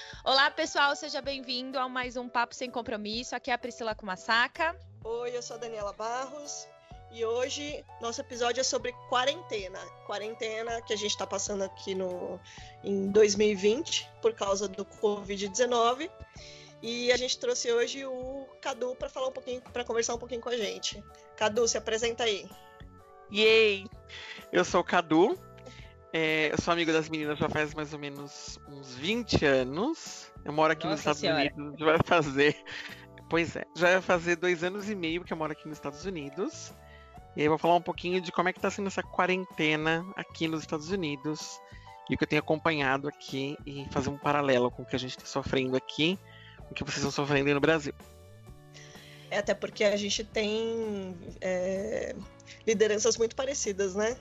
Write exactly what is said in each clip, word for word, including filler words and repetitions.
Olá, pessoal, seja bem-vindo a mais um Papo Sem Compromisso. Aqui é a Priscila Kumasaka. Oi, eu sou a Daniela Barros e hoje nosso episódio é sobre quarentena. Quarentena que a gente está passando aqui no, em dois mil e vinte por causa do covid dezenove. E a gente trouxe hoje o Cadu para falar um pouquinho, para conversar um pouquinho com a gente. Cadu, se apresenta aí. Yay! Eu sou o Cadu. É, eu sou amigo das meninas já faz mais ou menos uns vinte anos. Eu moro aqui Nossa nos Estados Senhora. Unidos. Já vai fazer. Pois é, já vai fazer dois anos e meio que eu moro aqui nos Estados Unidos. E aí eu vou falar um pouquinho de como é que tá sendo essa quarentena aqui nos Estados Unidos. E o que eu tenho acompanhado aqui e fazer um paralelo com o que a gente tá sofrendo aqui, com o que vocês estão sofrendo aí no Brasil. É, até porque a gente tem é, lideranças muito parecidas, né?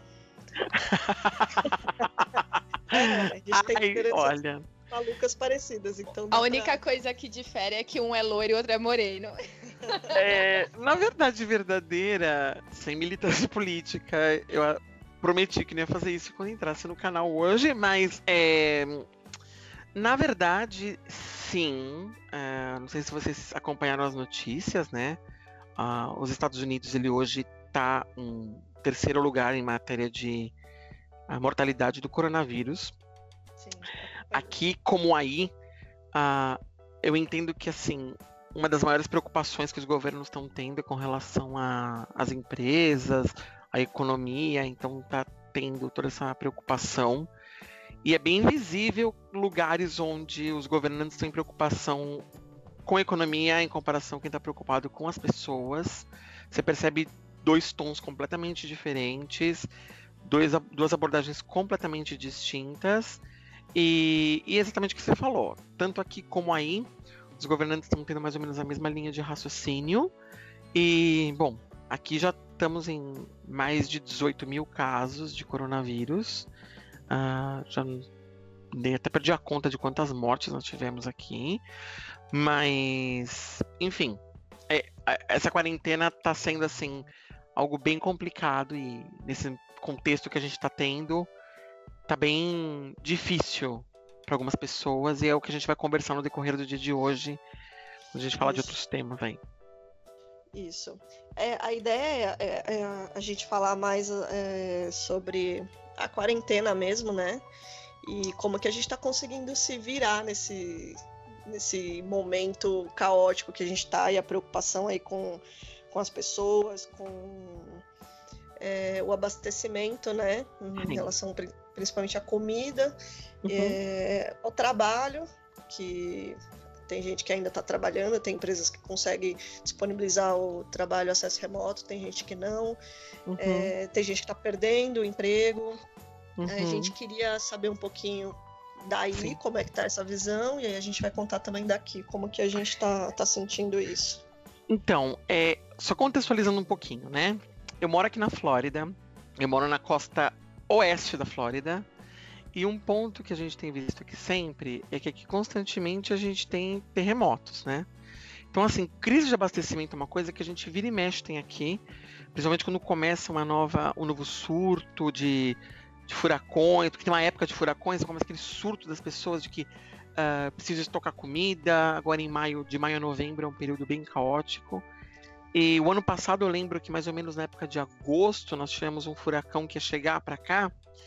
é, a gente tem Ai, lideranças olha. malucas parecidas, então a única pra... coisa que difere é que um é loiro e outro é moreno. É, na verdade verdadeira, sem militância política, eu prometi que não ia fazer isso quando entrasse no canal hoje, mas é, na verdade, sim. É, não sei se vocês acompanharam as notícias, né? Ah, os Estados Unidos, ele hoje está em terceiro lugar em matéria de a mortalidade do coronavírus. Sim. Aqui como aí, uh, eu entendo que assim, uma das maiores preocupações que os governos estão tendo é com relação às empresas, à economia, então está tendo toda essa preocupação. E é bem visível lugares onde os governantes têm preocupação com a economia em comparação com quem está preocupado com as pessoas. Você percebe dois tons completamente diferentes, dois, duas abordagens completamente distintas. E, e exatamente o que você falou, tanto aqui como aí, os governantes estão tendo mais ou menos a mesma linha de raciocínio. E, bom, aqui já estamos em mais de dezoito mil casos de coronavírus. Uh, já até perdi a conta de quantas mortes nós tivemos aqui. Mas, enfim, é, essa quarentena está sendo assim algo bem complicado e nesse contexto que a gente está tendo, tá bem difícil para algumas pessoas e é o que a gente vai conversar no decorrer do dia de hoje, quando a gente falar de outros temas aí. Isso. É, a ideia é, é a gente falar mais é, sobre a quarentena mesmo, né? E como que a gente está conseguindo se virar nesse, nesse momento caótico que a gente está e a preocupação aí com, com as pessoas, com é, o abastecimento, né? Em Sim. relação principalmente à comida, uhum. é, ao trabalho, que tem gente que ainda está trabalhando, tem empresas que conseguem disponibilizar o trabalho acesso remoto, tem gente que não, uhum. é, tem gente que está perdendo o emprego. Uhum. A gente queria saber um pouquinho daí, Sim. como é que tá essa visão, e aí a gente vai contar também daqui como que a gente está tá sentindo isso. Então, é, só contextualizando um pouquinho, né? Eu moro aqui na Flórida, eu moro na costa oeste da Flórida, e um ponto que a gente tem visto aqui sempre é que aqui constantemente a gente tem terremotos, né? Então, assim, crise de abastecimento é uma coisa que a gente vira e mexe tem aqui, principalmente quando começa uma nova, um novo surto de, de furacões, porque tem uma época de furacões, começa aquele surto das pessoas de que uh, precisa estocar comida, agora em maio, de maio a novembro é um período bem caótico. E o ano passado eu lembro que mais ou menos na época de agosto nós tivemos um furacão que ia chegar para cá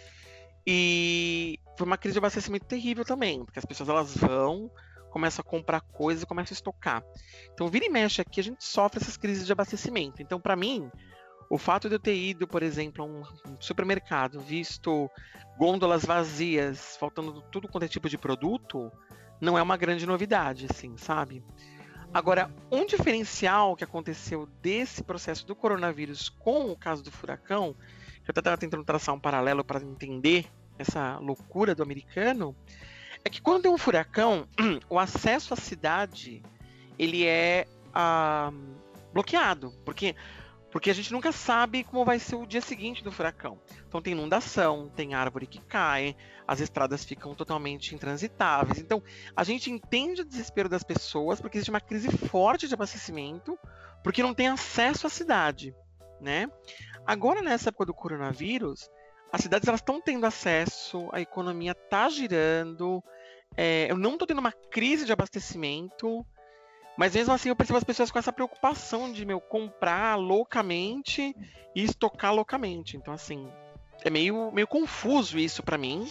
e foi uma crise de abastecimento terrível também, porque as pessoas elas vão, começam a comprar coisas e começam a estocar. Então vira e mexe aqui a gente sofre essas crises de abastecimento. Então para mim, o fato de eu ter ido, por exemplo, a um supermercado, visto gôndolas vazias, faltando tudo quanto é tipo de produto, não é uma grande novidade, assim, sabe? Agora, um diferencial que aconteceu desse processo do coronavírus com o caso do furacão, que eu até estava tentando traçar um paralelo para entender essa loucura do americano, é que quando tem um furacão, o acesso à cidade ele é ah, bloqueado, porque, porque a gente nunca sabe como vai ser o dia seguinte do furacão. Então tem inundação, tem árvore que cai, as estradas ficam totalmente intransitáveis. Então a gente entende o desespero das pessoas porque existe uma crise forte de abastecimento, porque não tem acesso à cidade, né? Agora, nessa época do coronavírus, as cidades elas estão tendo acesso, a economia está girando, É, eu não tô tendo uma crise de abastecimento, mas mesmo assim eu percebo as pessoas com essa preocupação de, meu, comprar loucamente e estocar loucamente. Então, assim, é meio, meio confuso isso pra mim.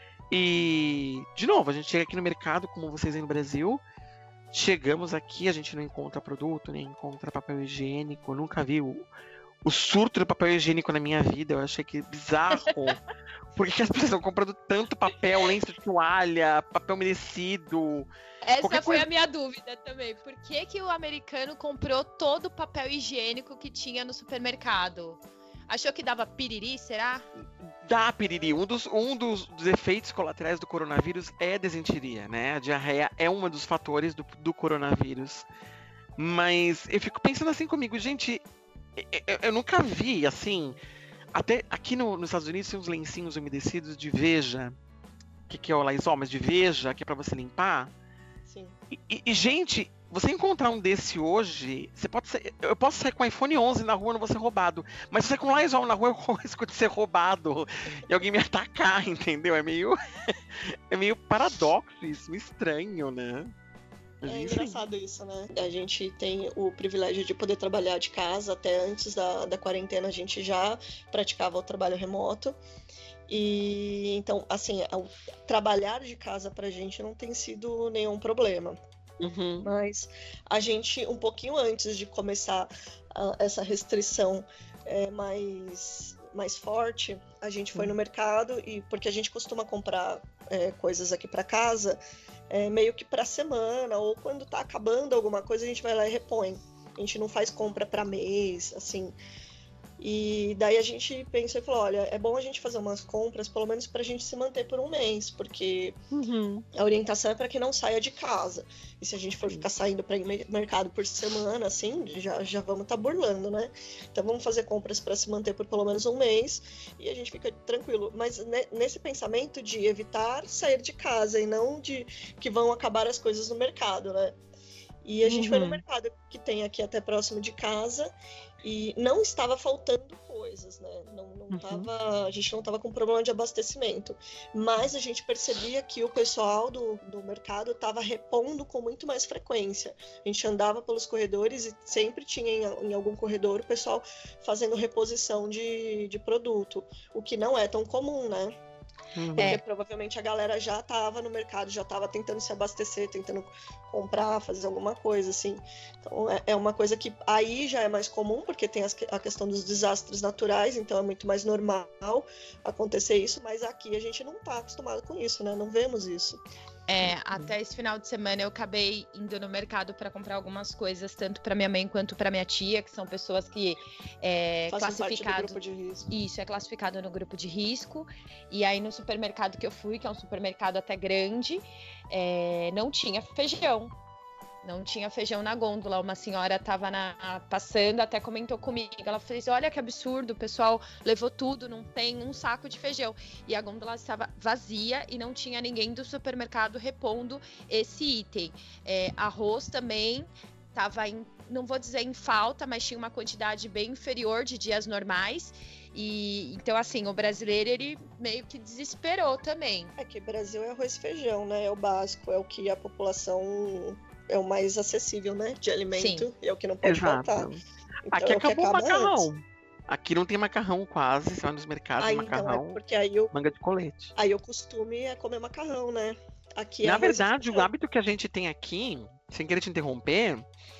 E, de novo, a gente chega aqui no mercado, como vocês aí no Brasil, chegamos aqui, a gente não encontra produto, nem encontra papel higiênico. Eu nunca vi o, o surto do papel higiênico na minha vida. Eu achei que bizarro. Por que as pessoas estão comprando tanto papel, lenço de toalha, papel umedecido? Essa Qualquer foi coisa... a minha dúvida também. Por que, que o americano comprou todo o papel higiênico que tinha no supermercado? Achou que dava piriri, será? Dá piriri. Um dos, um dos, dos efeitos colaterais do coronavírus é desinteria, né? A diarreia é um dos fatores do, do coronavírus. Mas eu fico pensando assim comigo, gente, eu, eu nunca vi, assim... Até aqui no, nos Estados Unidos tem uns lencinhos umedecidos de Veja, que, que é o Lysol, mas de Veja, que é pra você limpar. Sim. E, e, e, gente, você encontrar um desse hoje, você pode ser, eu posso sair com iPhone onze na rua, não vou ser roubado. Mas se eu sair com Lysol na rua, eu corro risco de ser roubado e alguém me atacar, entendeu? É meio, é meio paradoxo isso, estranho, né? É engraçado isso, né? A gente tem o privilégio de poder trabalhar de casa. Até antes da, da quarentena a gente já praticava o trabalho remoto. E então, assim, o trabalhar de casa pra gente não tem sido nenhum problema. Uhum. Mas a gente, um pouquinho antes de começar a, essa restrição é, mais, mais forte, a gente foi no mercado, e porque a gente costuma comprar é, coisas aqui pra casa, É, meio que pra semana, ou quando tá acabando alguma coisa, a gente vai lá e repõe. A gente não faz compra pra mês, assim. E daí a gente pensou e falou, olha, é bom a gente fazer umas compras, pelo menos pra gente se manter por um mês, porque Uhum. a orientação é pra que não saia de casa. E se a gente for ficar saindo pra ir no mercado por semana, assim, já, já vamos tá burlando, né? Então vamos fazer compras pra se manter por pelo menos um mês e a gente fica tranquilo. Mas nesse pensamento de evitar sair de casa e não de que vão acabar as coisas no mercado, né? E a gente Uhum. foi no mercado que tem aqui até próximo de casa e não estava faltando coisas, né? Não, não Uhum. tava, a gente não estava com problema de abastecimento, mas a gente percebia que o pessoal do, do mercado estava repondo com muito mais frequência. A gente andava pelos corredores e sempre tinha em, em algum corredor o pessoal fazendo reposição de, de produto, o que não é tão comum, né? Uhum. Porque É. provavelmente a galera já estava no mercado, já estava tentando se abastecer, tentando comprar, fazer alguma coisa, assim. Então é, é uma coisa que aí já é mais comum, porque tem as, a questão dos desastres naturais, então é muito mais normal acontecer isso, mas aqui a gente não está acostumado com isso, né? Não vemos isso. É, até esse final de semana eu acabei indo no mercado para comprar algumas coisas, tanto para minha mãe quanto para minha tia, que são pessoas que é Fazem parte do classificado. grupo de risco. Isso, é classificado no grupo de risco. E aí no supermercado que eu fui, que é um supermercado até grande, é, não tinha feijão. Não tinha feijão na gôndola. Uma senhora estava passando, até comentou comigo. Ela fez, olha que absurdo, o pessoal levou tudo, não tem um saco de feijão. E a gôndola estava vazia e não tinha ninguém do supermercado repondo esse item. É, arroz também estava, não vou dizer em falta, mas tinha uma quantidade bem inferior de dias normais. E então, assim, o brasileiro, ele meio que desesperou também. É que Brasil é arroz e feijão, né? É o básico, é o que a população... é o mais acessível, né, de alimento. Sim. E é o que não pode Exato. faltar. Então, Aqui é o que acabou o acaba macarrão. antes. Aqui não tem macarrão quase, você vai nos mercados, Aí, macarrão, então, é porque aí o, manga de colete. aí o costume é comer macarrão, né? Aqui é Na arroz e verdade, o feijão. hábito que a gente tem aqui, sem querer te interromper,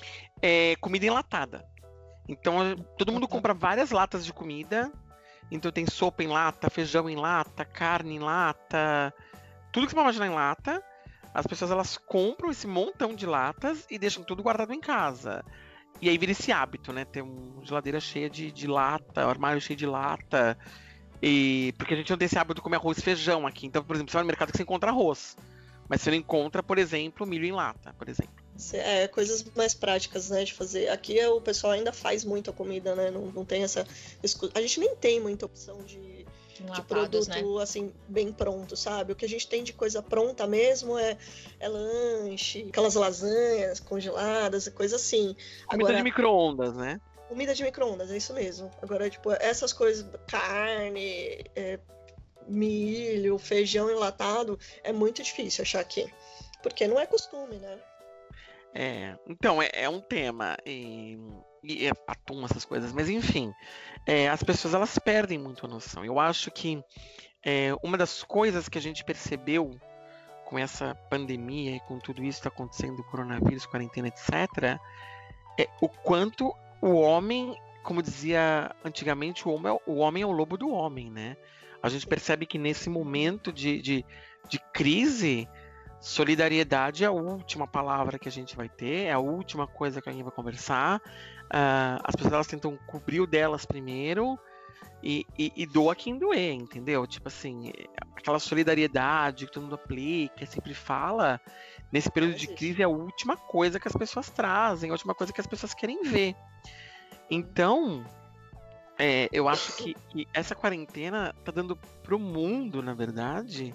é comida enlatada. Então, todo mundo compra várias latas de comida. Então tem sopa em lata, feijão em lata, carne em lata, tudo que você pode imaginar em lata. As pessoas, elas compram esse montão de latas e deixam tudo guardado em casa. E aí vira esse hábito, né? Ter uma geladeira cheia de, de lata, um armário cheio de lata. E... porque a gente não tem esse hábito de comer arroz e feijão aqui. Então, por exemplo, você vai no mercado que você encontra arroz. Mas você não encontra, por exemplo, milho em lata, por exemplo. É, coisas mais práticas, né, de fazer. Aqui é, o pessoal ainda faz muita comida, né? Não, não tem essa... A gente nem tem muita opção de... de produto, né? assim, bem pronto, sabe? O que a gente tem de coisa pronta mesmo é, é lanche, aquelas lasanhas congeladas, coisa assim. Comida Agora, de micro-ondas, né? comida de micro-ondas, é isso mesmo. Agora, tipo, essas coisas, carne, é, milho, feijão enlatado, é muito difícil achar aqui. Porque não é costume, né? É, então, é, é um tema, e, e é atum, essas coisas, mas enfim, é, as pessoas elas perdem muito a noção. Eu acho que é, uma das coisas que a gente percebeu com essa pandemia e com tudo isso que está acontecendo, coronavírus, quarentena, etcétera, é o quanto o homem, como dizia antigamente, o homem, é, o homem é o lobo do homem, né? A gente percebe que nesse momento de, de, de crise, solidariedade é a última palavra que a gente vai ter, é a última coisa que alguém vai conversar. Uh, as pessoas elas tentam cobrir o delas primeiro e, e, e doa quem doer, entendeu? Tipo assim, aquela solidariedade que todo mundo aplica, sempre fala, nesse período de crise é a última coisa que as pessoas trazem, a última coisa que as pessoas querem ver. Então, é, eu acho que, que essa quarentena tá dando pro mundo, na verdade,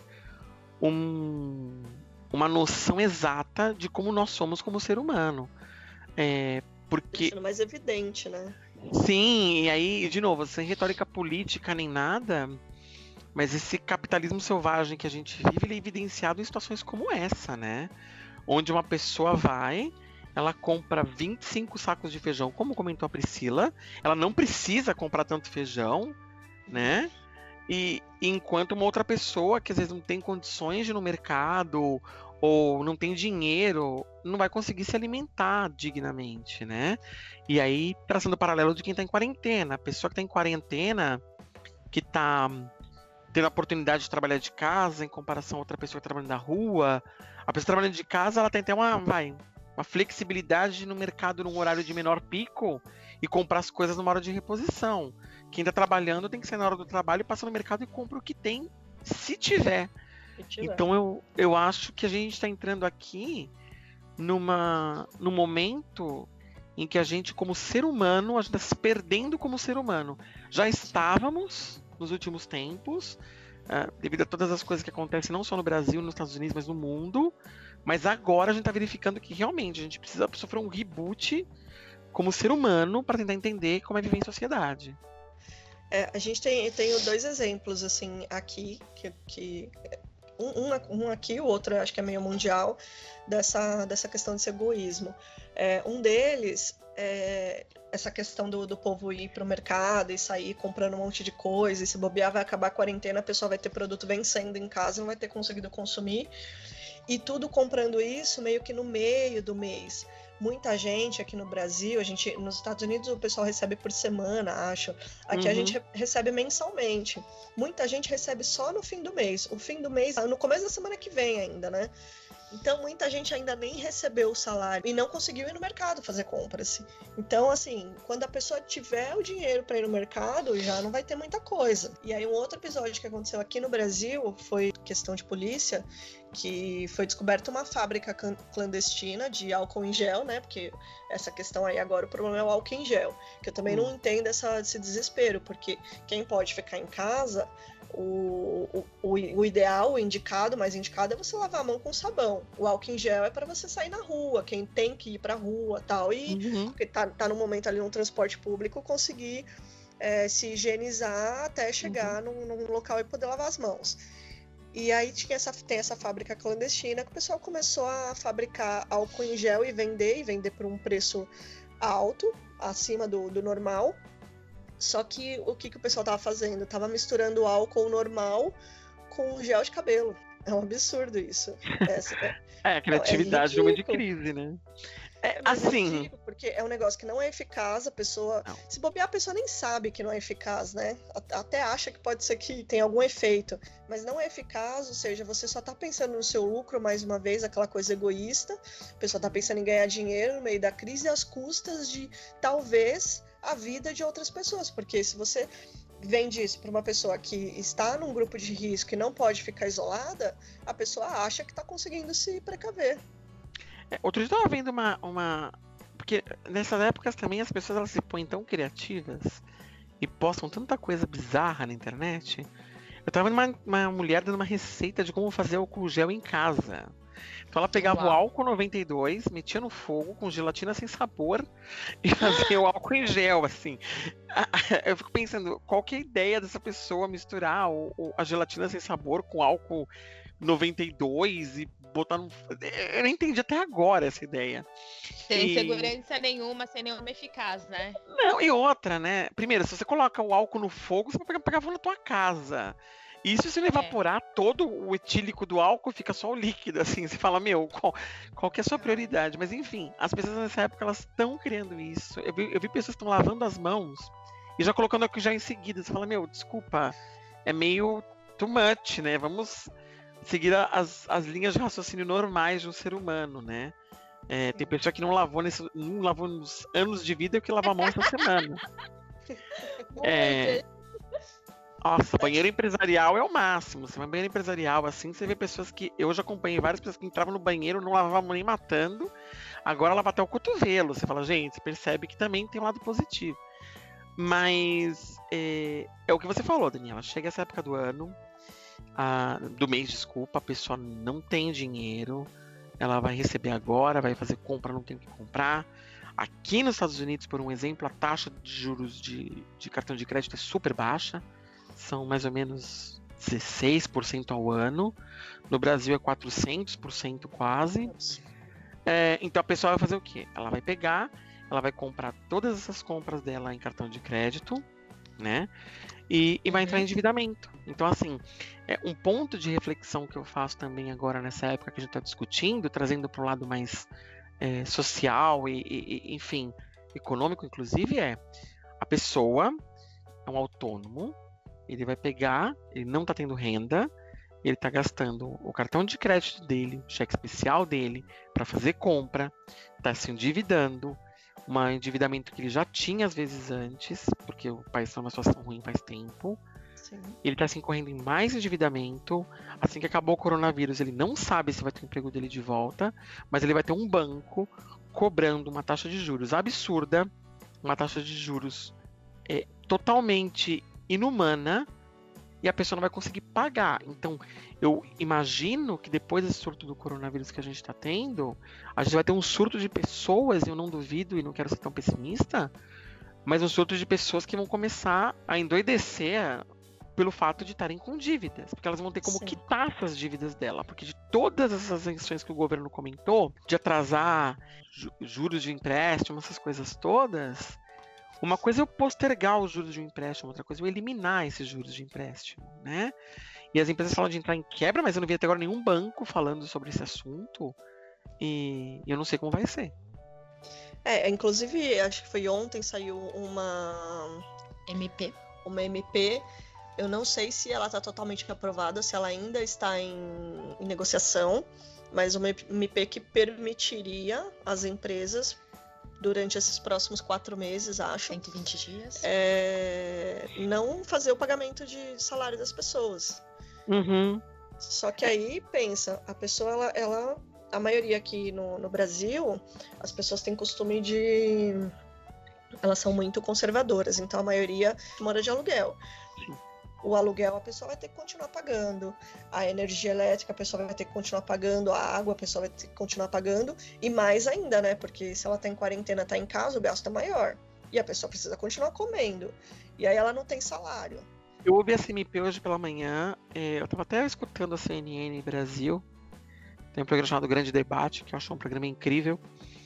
um... uma noção exata de como nós somos como ser humano. É, porque... Deixando mais evidente, né? Sim, e aí, de novo, sem retórica política nem nada, mas esse capitalismo selvagem que a gente vive, ele é evidenciado em situações como essa, né? Onde uma pessoa vai, ela compra vinte e cinco sacos de feijão, como comentou a Priscila, ela não precisa comprar tanto feijão, né? E enquanto uma outra pessoa que às vezes não tem condições de ir no mercado ou não tem dinheiro, não vai conseguir se alimentar dignamente, né? E aí, traçando o paralelo de quem está em quarentena. A pessoa que está em quarentena, que está tendo a oportunidade de trabalhar de casa em comparação a outra pessoa que trabalha na rua, a pessoa trabalhando de casa, ela tem até uma, vai, uma flexibilidade no mercado num horário de menor pico e comprar as coisas numa hora de reposição. Quem está trabalhando tem que ser na hora do trabalho e passar no mercado e compra o que tem, se tiver. Então eu, eu acho que a gente está entrando aqui numa, num momento em que a gente, como ser humano, a gente está se perdendo como ser humano. Já estávamos nos últimos tempos, uh, devido a todas as coisas que acontecem não só no Brasil, nos Estados Unidos, mas no mundo. Mas agora a gente está verificando que realmente a gente precisa sofrer um reboot como ser humano para tentar entender como é viver em sociedade. É, a gente tem, tem dois exemplos assim aqui, que, que um, um aqui, o outro acho que é meio mundial, dessa, dessa questão desse egoísmo. É, um deles é essa questão do, do povo ir para o mercado e sair comprando um monte de coisa, e se bobear vai acabar a quarentena, a pessoa vai ter produto vencendo em casa e não vai ter conseguido consumir. E tudo comprando isso meio que no meio do mês. Muita gente aqui no Brasil, a gente, nos Estados Unidos o pessoal recebe por semana, acho. Aqui uhum. a gente re- recebe mensalmente. Muita gente recebe só no fim do mês. O fim do mês, no começo da semana que vem ainda, né? Então, muita gente ainda nem recebeu o salário e não conseguiu ir no mercado fazer compras. Então, assim, quando a pessoa tiver o dinheiro para ir no mercado, já não vai ter muita coisa. E aí, um outro episódio que aconteceu aqui no Brasil foi questão de polícia, que foi descoberta uma fábrica clandestina de álcool em gel, né? Porque essa questão aí agora, o problema é o álcool em gel. Que eu também hum. não entendo essa, esse desespero, porque quem pode ficar em casa... O, o, o ideal, o indicado, mais indicado é você lavar a mão com sabão. O álcool em gel é para você sair na rua, quem tem que ir pra rua tal, e uhum. porque tá, tá no momento ali no transporte público, conseguir é, se higienizar até chegar uhum. num, num local e poder lavar as mãos. E aí tinha essa, tem essa fábrica clandestina que o pessoal começou a fabricar álcool em gel e vender, e vender por um preço alto, acima do, do normal. Só que o que, que o pessoal tava fazendo? Tava misturando álcool normal com gel de cabelo. É um absurdo isso. Essa, é, é, a criatividade é de uma de crise, né? É, assim... É ridículo, porque é um negócio que não é eficaz, a pessoa... Não. Se bobear, a pessoa nem sabe que não é eficaz, né? Até acha que pode ser que tenha algum efeito, mas não é eficaz, ou seja, você só tá pensando no seu lucro, mais uma vez, aquela coisa egoísta, a pessoa tá pensando em ganhar dinheiro no meio da crise às custas de, talvez... a vida de outras pessoas, porque se você vende isso para uma pessoa que está num grupo de risco e não pode ficar isolada, a pessoa acha que está conseguindo se precaver. É, outro dia eu estava vendo uma, uma... Porque nessas épocas também as pessoas elas se põem tão criativas e postam tanta coisa bizarra na internet. Eu estava vendo uma, uma mulher dando uma receita de como fazer álcool gel em casa. Então ela pegava Uau. o álcool noventa e dois, metia no fogo com gelatina sem sabor e fazia o álcool em gel, assim. Eu fico pensando, qual que é a ideia dessa pessoa misturar o, o, a gelatina sem sabor com álcool noventa e dois e botar no... Eu não entendi até agora essa ideia. Sem E- segurança nenhuma, sem nenhuma eficaz, né? Não, e outra, né? Primeiro, se você coloca o álcool no fogo, você vai pegar, pegar fogo na tua casa. E se você não evaporar todo o etílico do álcool, fica só o líquido, assim. Você fala, meu, qual, qual que é a sua prioridade? Mas enfim, as pessoas nessa época, elas estão criando isso. Eu vi, eu vi pessoas que estão lavando as mãos e já colocando aqui já em seguida. Você fala, meu, desculpa, é meio too much, né? Vamos seguir a- as, as linhas de raciocínio normais de um ser humano, né? É, tem pessoa que não lavou, nesse, não lavou nos anos de vida e que lava a mão essa semana. É, nossa, banheiro empresarial é o máximo. Você vai em banheiro empresarial, assim, você vê pessoas que... Eu já acompanhei várias pessoas que entravam no banheiro, não lavavam nem matando, agora lava até o cotovelo. Você fala, gente, você percebe que também tem um lado positivo. Mas é, é o que você falou, Daniela. Chega essa época do ano, a- do mês, desculpa, a pessoa não tem dinheiro, ela vai receber agora, vai fazer compra, não tem o que comprar. Aqui nos Estados Unidos, por um exemplo, a taxa de juros de, de cartão de crédito é super baixa, são mais ou menos dezesseis por cento ao ano. No Brasil é quatrocentos por cento quase. É, então a pessoa vai fazer o quê? Ela vai pegar, ela vai comprar todas essas compras dela em cartão de crédito, né? E, e vai entrar em endividamento. Então, assim, é um ponto de reflexão que eu faço também agora nessa época que a gente está discutindo, trazendo para o lado mais é, social e, e- e, enfim, econômico, inclusive, é a pessoa é um autônomo, ele vai pegar, ele não está tendo renda, ele está gastando o cartão de crédito dele, o cheque especial dele, para fazer compra, está se endividando, um endividamento que ele já tinha às vezes antes, porque o país está numa situação ruim faz tempo. Sim. Ele está se incorrendo em mais endividamento. Assim que acabou o coronavírus, ele não sabe se vai ter o emprego dele de volta, mas ele vai ter um banco cobrando uma taxa de juros absurda, uma taxa de juros é, totalmente inumana, e a pessoa não vai conseguir pagar. Então, eu imagino que depois desse surto do coronavírus que a gente está tendo, a gente vai ter um surto de pessoas, e eu não duvido e não quero ser tão pessimista, mas um surto de pessoas que vão começar a endoidecer pelo fato de estarem com dívidas, porque elas vão ter como Sim. quitar essas dívidas dela, porque de todas essas ações que o governo comentou, de atrasar ju- juros de empréstimo, essas coisas todas, uma coisa é eu postergar os juros de um empréstimo, outra coisa é eu eliminar esses juros de empréstimo, né? E as empresas falam de entrar em quebra, mas eu não vi até agora nenhum banco falando sobre esse assunto, e eu não sei como vai ser. É, inclusive, acho que foi ontem, saiu uma, M P. uma M P. Eu não sei se ela está totalmente aprovada, se ela ainda está em, em negociação, mas uma M P que permitiria às empresas, durante esses próximos quatro meses, acho, cento e vinte dias. é, não fazer o pagamento de salário das pessoas. Uhum. Só que aí, pensa, a pessoa, ela, ela a maioria aqui no, no Brasil, as pessoas têm costume de... Elas são muito conservadoras, então a maioria mora de aluguel. O aluguel a pessoa vai ter que continuar pagando, a energia elétrica a pessoa vai ter que continuar pagando, a água a pessoa vai ter que continuar pagando, e mais ainda, né? Porque se ela tá em quarentena, tá em casa, o gasto é maior. E a pessoa precisa continuar comendo. E aí ela não tem salário. Eu ouvi essa M P hoje pela manhã, é, eu estava até escutando a C N N Brasil, tem um programa chamado Grande Debate, que eu acho um programa incrível,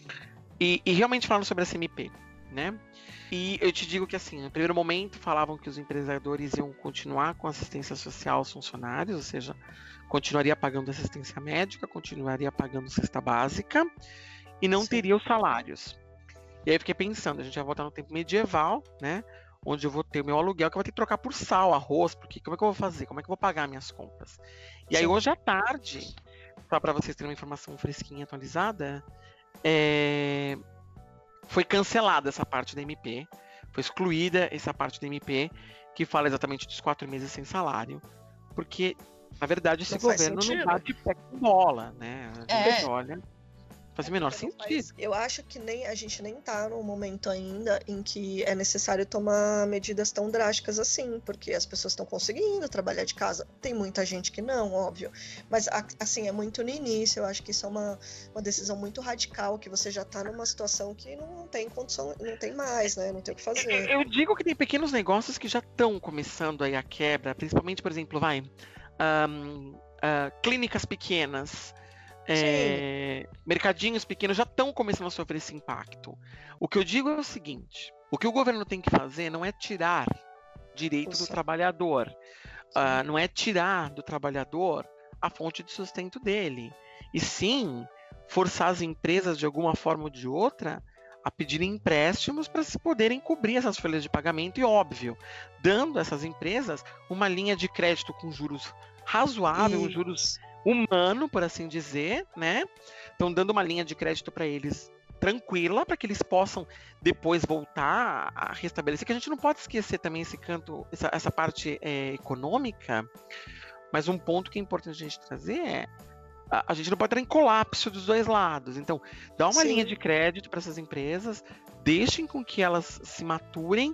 e, e realmente falando sobre essa M P, né? E eu te digo que assim, no primeiro momento falavam que os empregadores iam continuar com assistência social aos funcionários, ou seja, continuaria pagando assistência médica, continuaria pagando cesta básica, e não Sim. teria os salários. E aí eu fiquei pensando, a gente vai voltar no tempo medieval, né? Onde eu vou ter o meu aluguel, que eu vou ter que trocar por sal, arroz, porque como é que eu vou fazer? Como é que eu vou pagar minhas contas? E aí Sim. hoje à tarde, só para vocês terem uma informação fresquinha, atualizada, é, foi cancelada essa parte da M P, foi excluída essa parte da M P, que fala exatamente dos quatro meses sem salário, porque, na verdade, esse Não faz governo sentido. não bate pé com bola, né? A gente É. olha, Faz o menor Porque não sentido. faz- Eu acho que nem a gente nem tá no momento ainda em que é necessário tomar medidas tão drásticas assim, porque as pessoas estão conseguindo trabalhar de casa. Tem muita gente que não, óbvio. Mas a- assim, é muito no início. Eu acho que isso é uma, uma decisão muito radical, que você já tá numa situação que não tem condição, não tem mais, né? Não tem o que fazer. Eu digo que tem pequenos negócios que já estão começando aí a quebra, principalmente, por exemplo, vai, ahn, ah, clínicas pequenas, é, mercadinhos pequenos já estão começando a sofrer esse impacto. O que eu digo é o seguinte: o que o governo tem que fazer não é tirar direito do Isso. trabalhador, ah, não é tirar do trabalhador a fonte de sustento dele, e sim forçar as empresas de alguma forma ou de outra a pedirem empréstimos para se poderem cobrir essas folhas de pagamento e, óbvio, dando a essas empresas uma linha de crédito com juros razoável, um juros Isso. humano, por assim dizer, né? Estão dando uma linha de crédito para eles tranquila, para que eles possam depois voltar a restabelecer, que a gente não pode esquecer também esse canto, essa, essa parte é, econômica, mas um ponto que é importante a gente trazer é a, a gente não pode entrar em colapso dos dois lados. Então, dá uma Sim. linha de crédito para essas empresas, deixem com que elas se maturem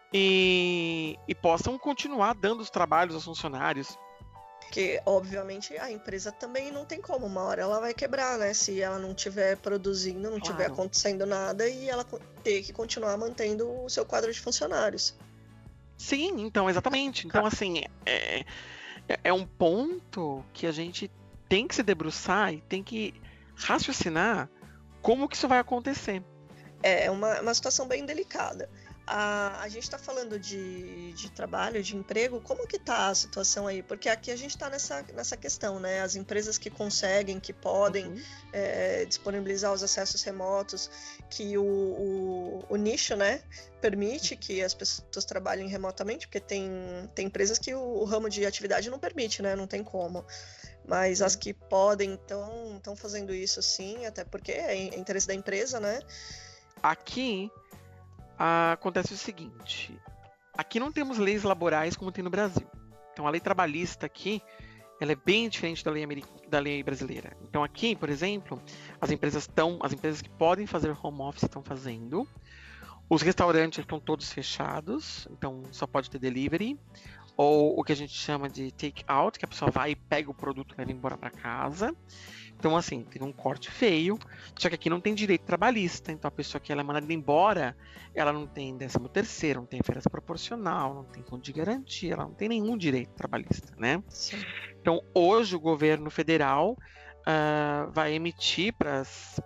e, e possam continuar dando os trabalhos aos funcionários. Porque, obviamente, a empresa também não tem como. Uma hora ela vai quebrar, né? Se ela não estiver produzindo, não estiver Claro. acontecendo nada e ela co- ter que continuar mantendo o seu quadro de funcionários. Sim, então, exatamente. Então, assim, é, é- é um ponto que a gente tem que se debruçar e tem que raciocinar como que isso vai acontecer. É uma, uma situação bem delicada. A, a gente está falando de, de trabalho, de emprego, como que tá a situação aí? Porque aqui a gente está nessa, nessa questão, né? As empresas que conseguem, que podem Uhum. é, disponibilizar os acessos remotos, que o, o, o nicho, né, permite que as pessoas trabalhem remotamente, porque tem, tem empresas que o, o ramo de atividade não permite, né? Não tem como. Mas as que podem estão fazendo isso sim, até porque é in- é interesse da empresa, né? Aqui ah, acontece o seguinte: aqui não temos leis laborais como tem no Brasil. Então, a lei trabalhista aqui, ela é bem diferente da lei, americ- da lei brasileira. Então, aqui, por exemplo, as empresas estão, as empresas que podem fazer home office estão fazendo. Os restaurantes estão todos fechados, então só pode ter delivery. Ou o que a gente chama de take out, que a pessoa vai e pega o produto e leva embora para casa. Então, assim, tem um corte feio, só que aqui não tem direito trabalhista. Então, a pessoa que ela é mandada embora, ela não tem décimo terceiro, não tem férias proporcional, não tem fundo de garantia, ela não tem nenhum direito trabalhista, né? Sim. Então, hoje o governo federal ah, vai emitir para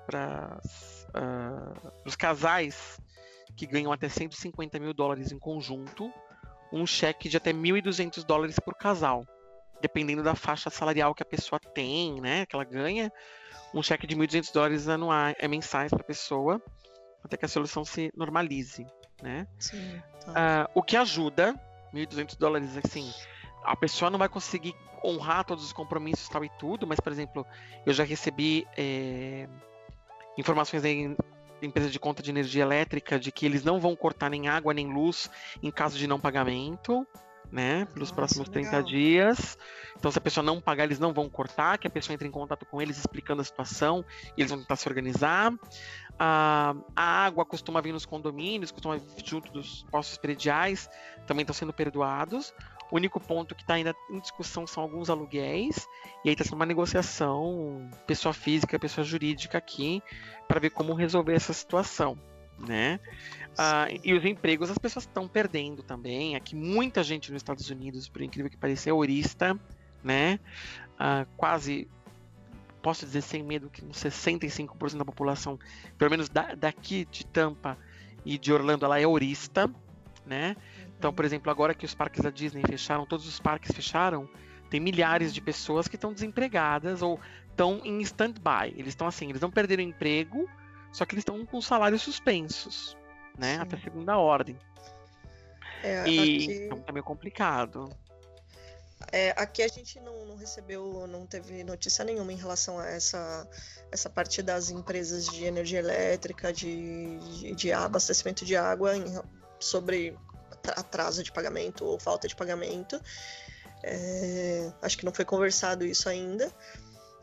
os casais que ganham até cento e cinquenta mil dólares em conjunto, um cheque de até mil e duzentos dólares por casal, dependendo da faixa salarial que a pessoa tem, né, que ela ganha. Um cheque de mil e duzentos dólares anuais, é mensais para a pessoa, até que a solução se normalize, né? Sim, tá. Ah, o que ajuda, mil e duzentos dólares, assim, a pessoa não vai conseguir honrar todos os compromissos tal e tudo, mas, por exemplo, eu já recebi é, informações aí em empresas de conta de energia elétrica de que eles não vão cortar nem água nem luz em caso de não pagamento, né, pelos Nossa, próximos trinta legal. dias. Então, se a pessoa não pagar, eles não vão cortar, que a pessoa entre em contato com eles explicando a situação e eles vão tentar se organizar. Ah, a água costuma vir nos condomínios, costuma vir junto dos postos prediais, também estão sendo perdoados. O único ponto que está ainda em discussão são alguns aluguéis, e aí está sendo uma negociação pessoa física, pessoa jurídica aqui, para ver como resolver essa situação, né? Ah, e os empregos as pessoas estão perdendo também. Aqui muita gente nos Estados Unidos, por incrível que pareça, é horista, né? Ah, quase, posso dizer sem medo, que uns sessenta e cinco por cento da população, pelo menos da, daqui de Tampa e de Orlando, ela é horista, né? Então, por exemplo, agora que os parques da Disney fecharam, todos os parques fecharam, tem milhares de pessoas que estão desempregadas ou estão em stand-by. Eles estão assim, eles não perderam o emprego, só que eles estão com salários suspensos, né? Sim. Até segunda ordem. É, E aqui, então tá meio complicado. é, aqui a gente não, não recebeu, não teve notícia nenhuma em relação a essa, essa parte das empresas de energia elétrica, de, de, de abastecimento de água, em- sobre atraso de pagamento ou falta de pagamento. É, acho que não foi conversado isso ainda.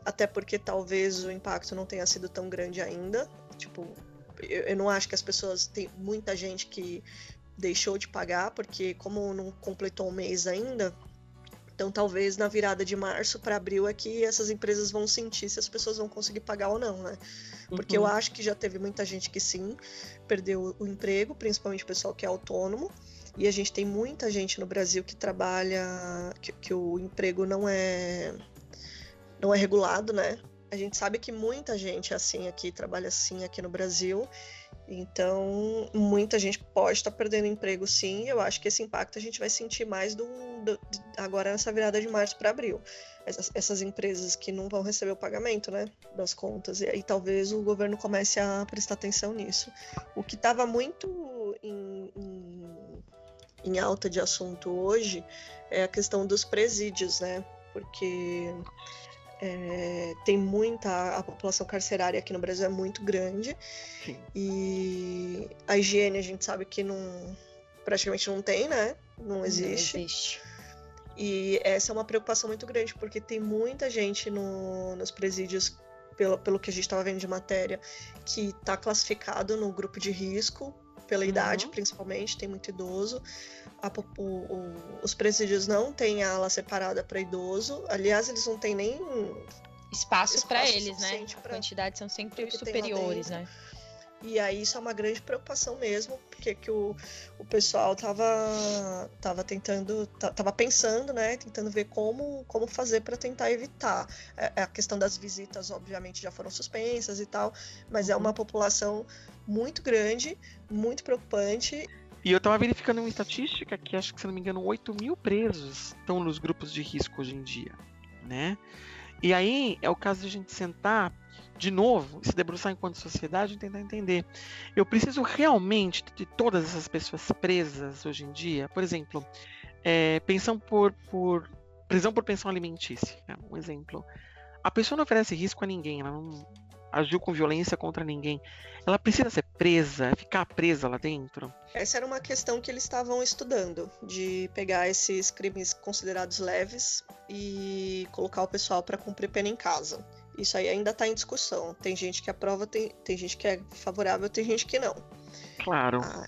até porque talvez o impacto não tenha sido tão grande ainda. Tipo, eu, eu não acho que as pessoas... Tem muita gente que deixou de pagar, porque como não completou um mês ainda, então talvez na virada de março para abril é que essas empresas vão sentir se as pessoas vão conseguir pagar ou não, né? Porque uhum. eu acho que já teve muita gente que sim, perdeu o emprego, principalmente o pessoal que é autônomo, e a gente tem muita gente no Brasil que trabalha, que, que o emprego não é, não é regulado, né? A gente sabe que muita gente é assim aqui, trabalha assim aqui no Brasil, então muita gente pode estar perdendo emprego sim, eu acho que esse impacto a gente vai sentir mais do, do, agora nessa virada de março para abril. Essas, essas empresas que não vão receber o pagamento, né, das contas, e aí talvez o governo comece a prestar atenção nisso. O que estava muito em, em, em alta de assunto hoje é a questão dos presídios, né, porque... É, tem muita... A população carcerária aqui no Brasil é muito grande. Sim. E a higiene a gente sabe que não, praticamente não tem, né? Não existe. Não existe. E essa é uma preocupação muito grande, porque tem muita gente no, nos presídios, pelo, pelo que a gente estava vendo de matéria, que está classificado no grupo de risco, pela uhum. idade principalmente, tem muito idoso. A, o, o, os presídios não têm ala separada para idoso. Aliás, eles não têm nem espaço para eles, né? A pra... quantidade são sempre superiores, né? E aí isso é uma grande preocupação mesmo, porque que o, o pessoal tava, tava tentando, tava pensando, né? Tentando ver como, como fazer para tentar evitar. A questão das visitas, obviamente, já foram suspensas e tal, mas uhum. é uma população muito grande, muito preocupante. E eu tava verificando uma estatística que acho que, se não me engano, oito mil presos estão nos grupos de risco hoje em dia, né? E aí é o caso de a gente sentar de novo, se debruçar enquanto sociedade e tentar entender. Eu preciso realmente de todas essas pessoas presas hoje em dia? Por exemplo, é, pensão por, por, prisão por pensão alimentícia, né? Um exemplo. A pessoa não oferece risco a ninguém, ela não agiu com violência contra ninguém. Ela precisa ser presa, ficar presa lá dentro? Essa era uma questão que eles estavam estudando, de pegar esses crimes considerados leves e colocar o pessoal para cumprir pena em casa. Isso aí ainda está em discussão. Tem gente que aprova, tem, tem gente que é favorável, tem gente que não. Claro. Ah,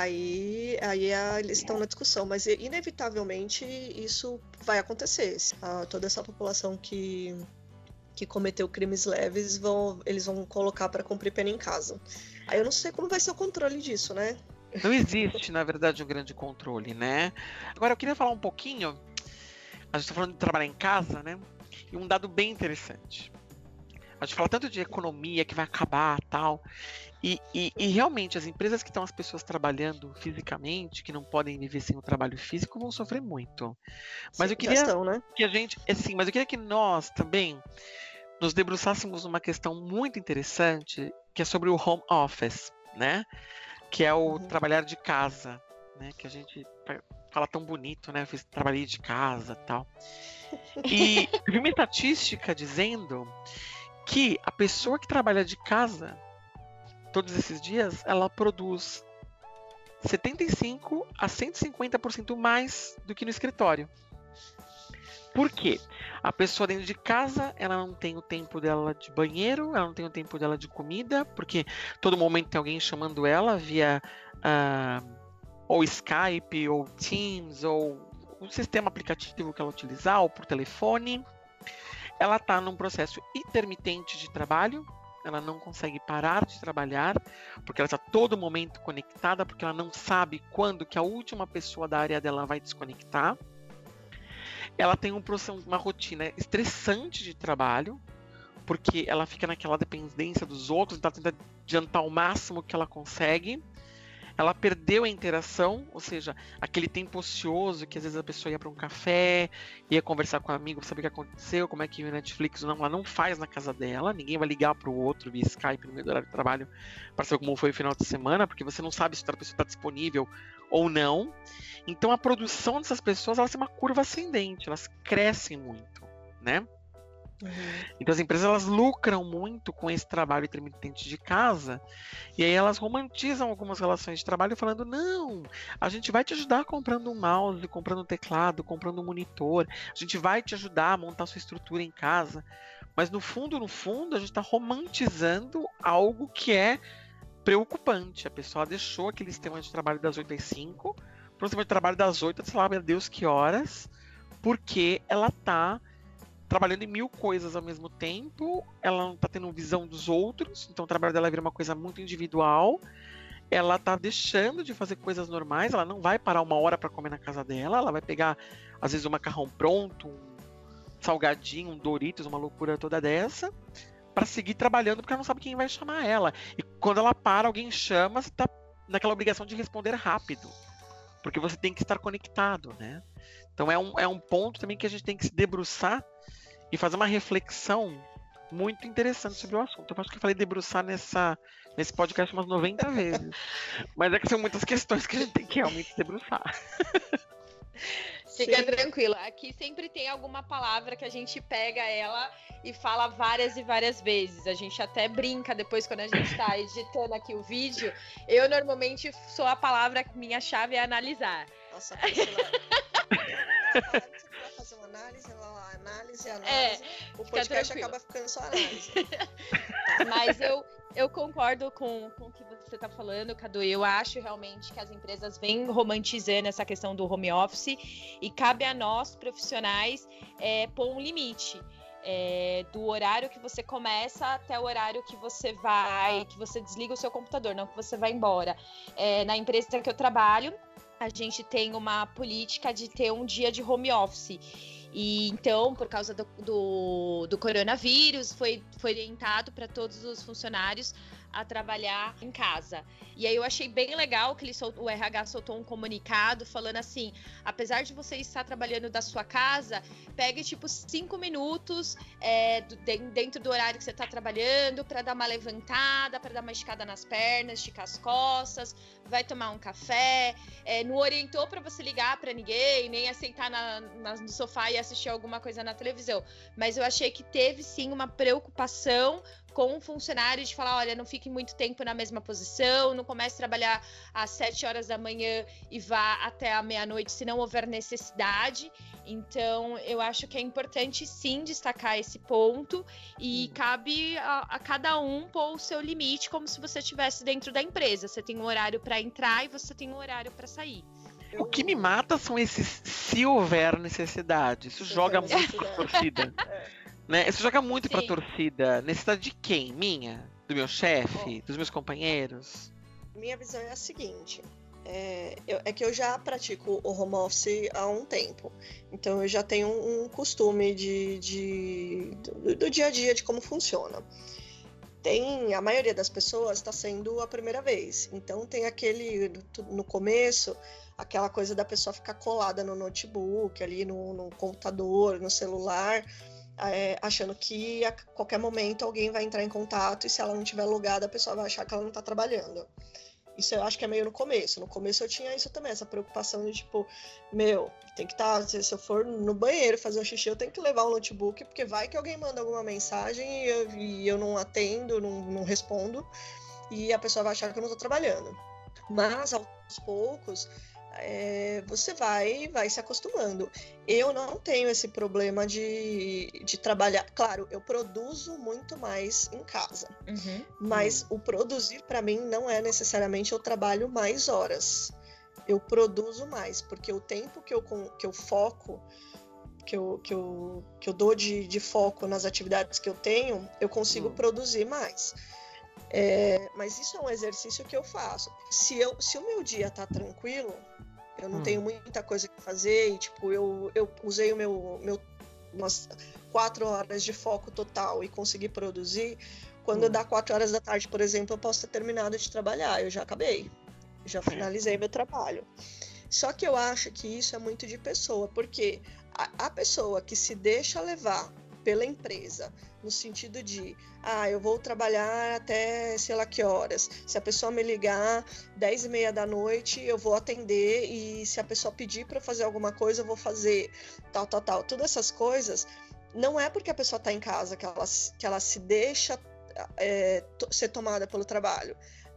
aí aí a, eles estão na discussão, mas inevitavelmente isso vai acontecer. Ah, toda essa população que... que cometeu crimes leves, vão, eles vão colocar para cumprir pena em casa. Aí eu não sei como vai ser o controle disso, né? Não existe, na verdade, um grande controle, né? Agora, eu queria falar um pouquinho, a gente tá falando de trabalhar em casa, né? E um dado bem interessante. A gente fala tanto de economia que vai acabar e tal, e, e, e realmente as empresas que estão as pessoas trabalhando fisicamente, que não podem viver sem o trabalho físico, vão sofrer muito. Mas Sim, eu queria estão, né? que a gente, assim, mas eu queria que nós também nos debruçássemos numa questão muito interessante, que é sobre o home office, né? Que é o uhum. trabalhar de casa, né? Que a gente fala tão bonito, né? Eu fiz, trabalhei de casa e tal. E vi uma estatística dizendo que a pessoa que trabalha de casa todos esses dias, ela produz setenta e cinco a cento e cinquenta por cento mais do que no escritório. Por quê? A pessoa dentro de casa, ela não tem o tempo dela de banheiro, ela não tem o tempo dela de comida, porque todo momento tem alguém chamando ela via uh, ou Skype, ou Teams, ou o sistema aplicativo que ela utilizar, ou por telefone. Ela está num processo intermitente de trabalho, ela não consegue parar de trabalhar, porque ela está todo momento conectada, porque ela não sabe quando que a última pessoa da área dela vai desconectar. Ela tem um, uma rotina estressante de trabalho, porque ela fica naquela dependência dos outros, então ela tenta adiantar o máximo que ela consegue. Ela perdeu a interação, ou seja, aquele tempo ocioso que às vezes a pessoa ia para um café, ia conversar com um amigo para saber o que aconteceu, como é que o Netflix, não, ela não faz na casa dela, ninguém vai ligar para o outro via Skype no meio do horário de trabalho para saber como foi o final de semana, porque você não sabe se a pessoa está disponível ou não. Então a produção dessas pessoas, ela tem uma curva ascendente, elas crescem muito, né? Uhum. Então as empresas, elas lucram muito com esse trabalho intermitente de casa, e aí elas romantizam algumas relações de trabalho falando, não, a gente vai te ajudar comprando um mouse, comprando um teclado, comprando um monitor, a gente vai te ajudar a montar sua estrutura em casa, Mas no fundo, no fundo, a gente está romantizando algo que é preocupante. A pessoa deixou aquele sistema de trabalho das oito às cinco para um sistema de trabalho das oito às, sei lá, meu Deus, que horas, porque ela está trabalhando em mil coisas ao mesmo tempo, ela não está tendo visão dos outros, então o trabalho dela vira uma coisa muito individual, ela está deixando de fazer coisas normais, ela não vai parar uma hora para comer na casa dela, ela vai pegar, às vezes, um macarrão pronto, um salgadinho, um Doritos, uma loucura toda dessa, para seguir trabalhando, porque ela não sabe quem vai chamar ela. E quando ela para, alguém chama, você está naquela obrigação de responder rápido, porque você tem que estar conectado, né? Então é um, é um ponto também que a gente tem que se debruçar e fazer uma reflexão muito interessante sobre o assunto. Eu acho que eu falei debruçar nessa, nesse podcast umas noventa vezes. Mas é que são muitas questões que a gente tem que realmente se debruçar. Fica tranquilo. Aqui sempre tem alguma palavra que a gente pega ela e fala várias e várias vezes. A gente até brinca depois quando a gente tá editando aqui o vídeo. Eu normalmente sou a palavra, minha chave é analisar. Nossa, fazer uma análise, ela lá, análise, análise. É, o podcast acaba ficando só análise. Mas eu, eu concordo com, com o que você está falando, Cadu. Eu acho realmente que as empresas vêm romantizando essa questão do home office e cabe a nós, profissionais, é, pôr um limite. É, do horário que você começa até o horário que você vai, que você desliga o seu computador, não que você vai embora. É, na empresa que eu trabalho, a gente tem uma política de ter um dia de home office. E então, por causa do, do, do coronavírus, foi, foi orientado para todos os funcionários a trabalhar em casa. E aí eu achei bem legal que ele sol, o R H soltou um comunicado falando assim, apesar de você estar trabalhando da sua casa, pegue tipo cinco minutos é, do, dentro do horário que você está trabalhando para dar uma levantada, para dar uma esticada nas pernas, esticar as costas, vai tomar um café, é, não orientou para você ligar para ninguém, nem aceitar na, na, no sofá e assistir alguma coisa na televisão. Mas eu achei que teve sim uma preocupação com o funcionário de falar, olha, não fique muito tempo na mesma posição, não comece a trabalhar às sete horas da manhã e vá até a meia-noite se não houver necessidade. Então, eu acho que é importante sim destacar esse ponto e hum. cabe a, a cada um pôr o seu limite, como se você estivesse dentro da empresa. Você tem um horário para entrar e você tem um horário para sair. O que me mata são esses se houver necessidade. Isso joga muito pra torcida. É. Né? Isso joga muito Sim. pra torcida. Necessidade de quem? Minha? Do meu chefe? Oh. Dos meus companheiros? Minha visão é a seguinte. É, eu, é que eu já pratico o home office há um tempo. Então eu já tenho um, um costume de, de, do, do dia a dia de como funciona. Tem, a maioria das pessoas está sendo a primeira vez. Então tem aquele, no começo, aquela coisa da pessoa ficar colada no notebook, ali no, no computador, no celular, é, achando que a qualquer momento alguém vai entrar em contato e se ela não estiver logada, a pessoa vai achar que ela não está trabalhando. Isso eu acho que é meio no começo. No começo eu tinha isso também, essa preocupação de tipo, meu, tem que estar, tá, se eu for no banheiro fazer um xixi, eu tenho que levar o notebook, porque vai que alguém manda alguma mensagem e eu, e eu não atendo, não, não respondo, e a pessoa vai achar que eu não estou trabalhando. Mas, aos poucos, é, você vai, vai se acostumando. Eu não tenho esse problema de, de trabalhar. Claro, eu produzo muito mais em casa, uhum. mas uhum. o produzir para mim não é necessariamente eu trabalho mais horas. Eu produzo mais, porque o tempo que eu, que eu foco, que eu, que eu, que eu dou de, de foco nas atividades que eu tenho, eu consigo uhum. produzir mais. É, mas isso é um exercício que eu faço. Se, eu, se o meu dia tá tranquilo, eu não hum. tenho muita coisa que fazer e, tipo, eu, eu usei o meu, meu umas quatro horas de foco total e consegui produzir, quando hum. dá quatro horas da tarde, por exemplo, eu posso ter terminado de trabalhar, eu já acabei, já finalizei meu trabalho. Só que eu acho que isso é muito de pessoa, porque a, a pessoa que se deixa levar pela empresa, no sentido de, ah, eu vou trabalhar até sei lá que horas, se a pessoa me ligar dez e meia da noite, eu vou atender, e se a pessoa pedir para fazer alguma coisa, eu vou fazer, tal, tal, tal. Todas essas coisas, não é porque a pessoa está em casa que ela, que ela se deixa é, ser tomada pelo trabalho.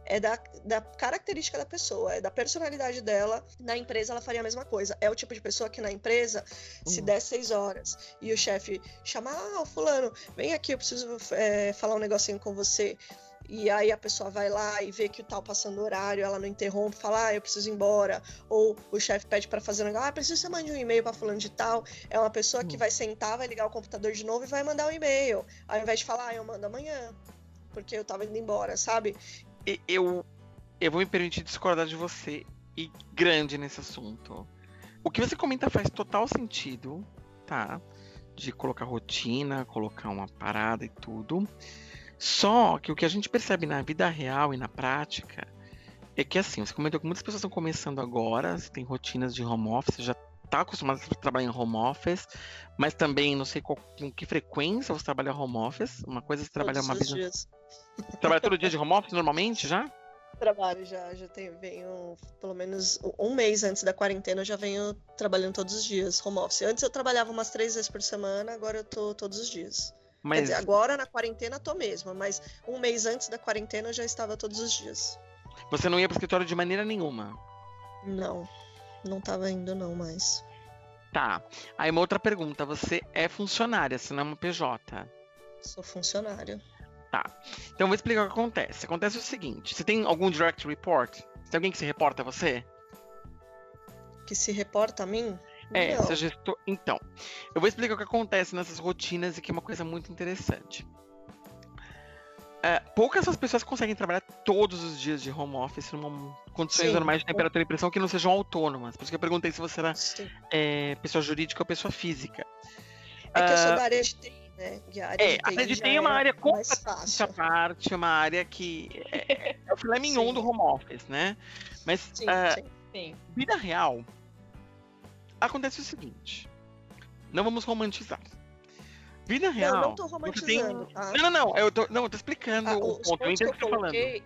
é da, da característica da pessoa, é da personalidade dela. Na empresa ela faria a mesma coisa. É o tipo de pessoa que na empresa, uhum. se der seis horas e o chefe chamar, ah, fulano, vem aqui, eu preciso é, falar um negocinho com você. E aí a pessoa vai lá e vê que tá passando o horário, ela não interrompe, fala, ah, eu preciso ir embora. Ou o chefe pede pra fazer um negócio, ah, preciso que você mande um e-mail pra fulano de tal. É uma pessoa que vai sentar, vai ligar o computador de novo e vai mandar um e-mail. Ao invés de falar, ah, eu mando amanhã, porque eu tava indo embora, sabe? Eu, eu vou me permitir discordar de você, e grande nesse assunto. O que você comenta faz total sentido, tá? De colocar rotina, colocar uma parada e tudo. Só que o que a gente percebe na vida real e na prática é que, assim, você comentou que muitas pessoas estão começando agora, você tem rotinas de home office, já está acostumado a trabalhar em home office, mas também não sei qual, com que frequência você trabalha home office. Uma coisa é você trabalhar uma vez. Dias. Você trabalha todo dia de home office normalmente já? Trabalho já, já tenho, venho pelo menos um mês antes da quarentena, eu já venho trabalhando todos os dias home office. Antes eu trabalhava umas três vezes por semana, agora eu tô todos os dias. Mas... Quer dizer, agora na quarentena tô mesmo, mas um mês antes da quarentena eu já estava todos os dias. Você não ia pro escritório de maneira nenhuma? Não, não tava indo não mais. Tá, aí uma outra pergunta, você é funcionária, você não é uma P J? Sou funcionária. Tá, então eu vou explicar o que acontece. Acontece o seguinte, você tem algum direct report? Tem alguém que se reporta a você? Que se reporta a mim? É, não. você gestor... Então, eu vou explicar o que acontece nessas rotinas e que é uma coisa muito interessante. É, poucas das pessoas conseguem trabalhar todos os dias de home office em condições Sim. normais de temperatura e pressão que não sejam autônomas. Por isso que eu perguntei se você era é, pessoa jurídica ou pessoa física. É que eu sou da área de T I, né? De área é, de T I a área de T I é uma área completamente à parte, uma área que é, é o filé mignon do home office, né? Mas, sim, uh, sim. Sim. vida real, acontece o seguinte, não vamos romantizar. Vida real. Não, não tô romantizando, tem... tá? Não, não, não, eu tô, não, eu tô explicando ah, o ponto, eu entendo o que você tá falando.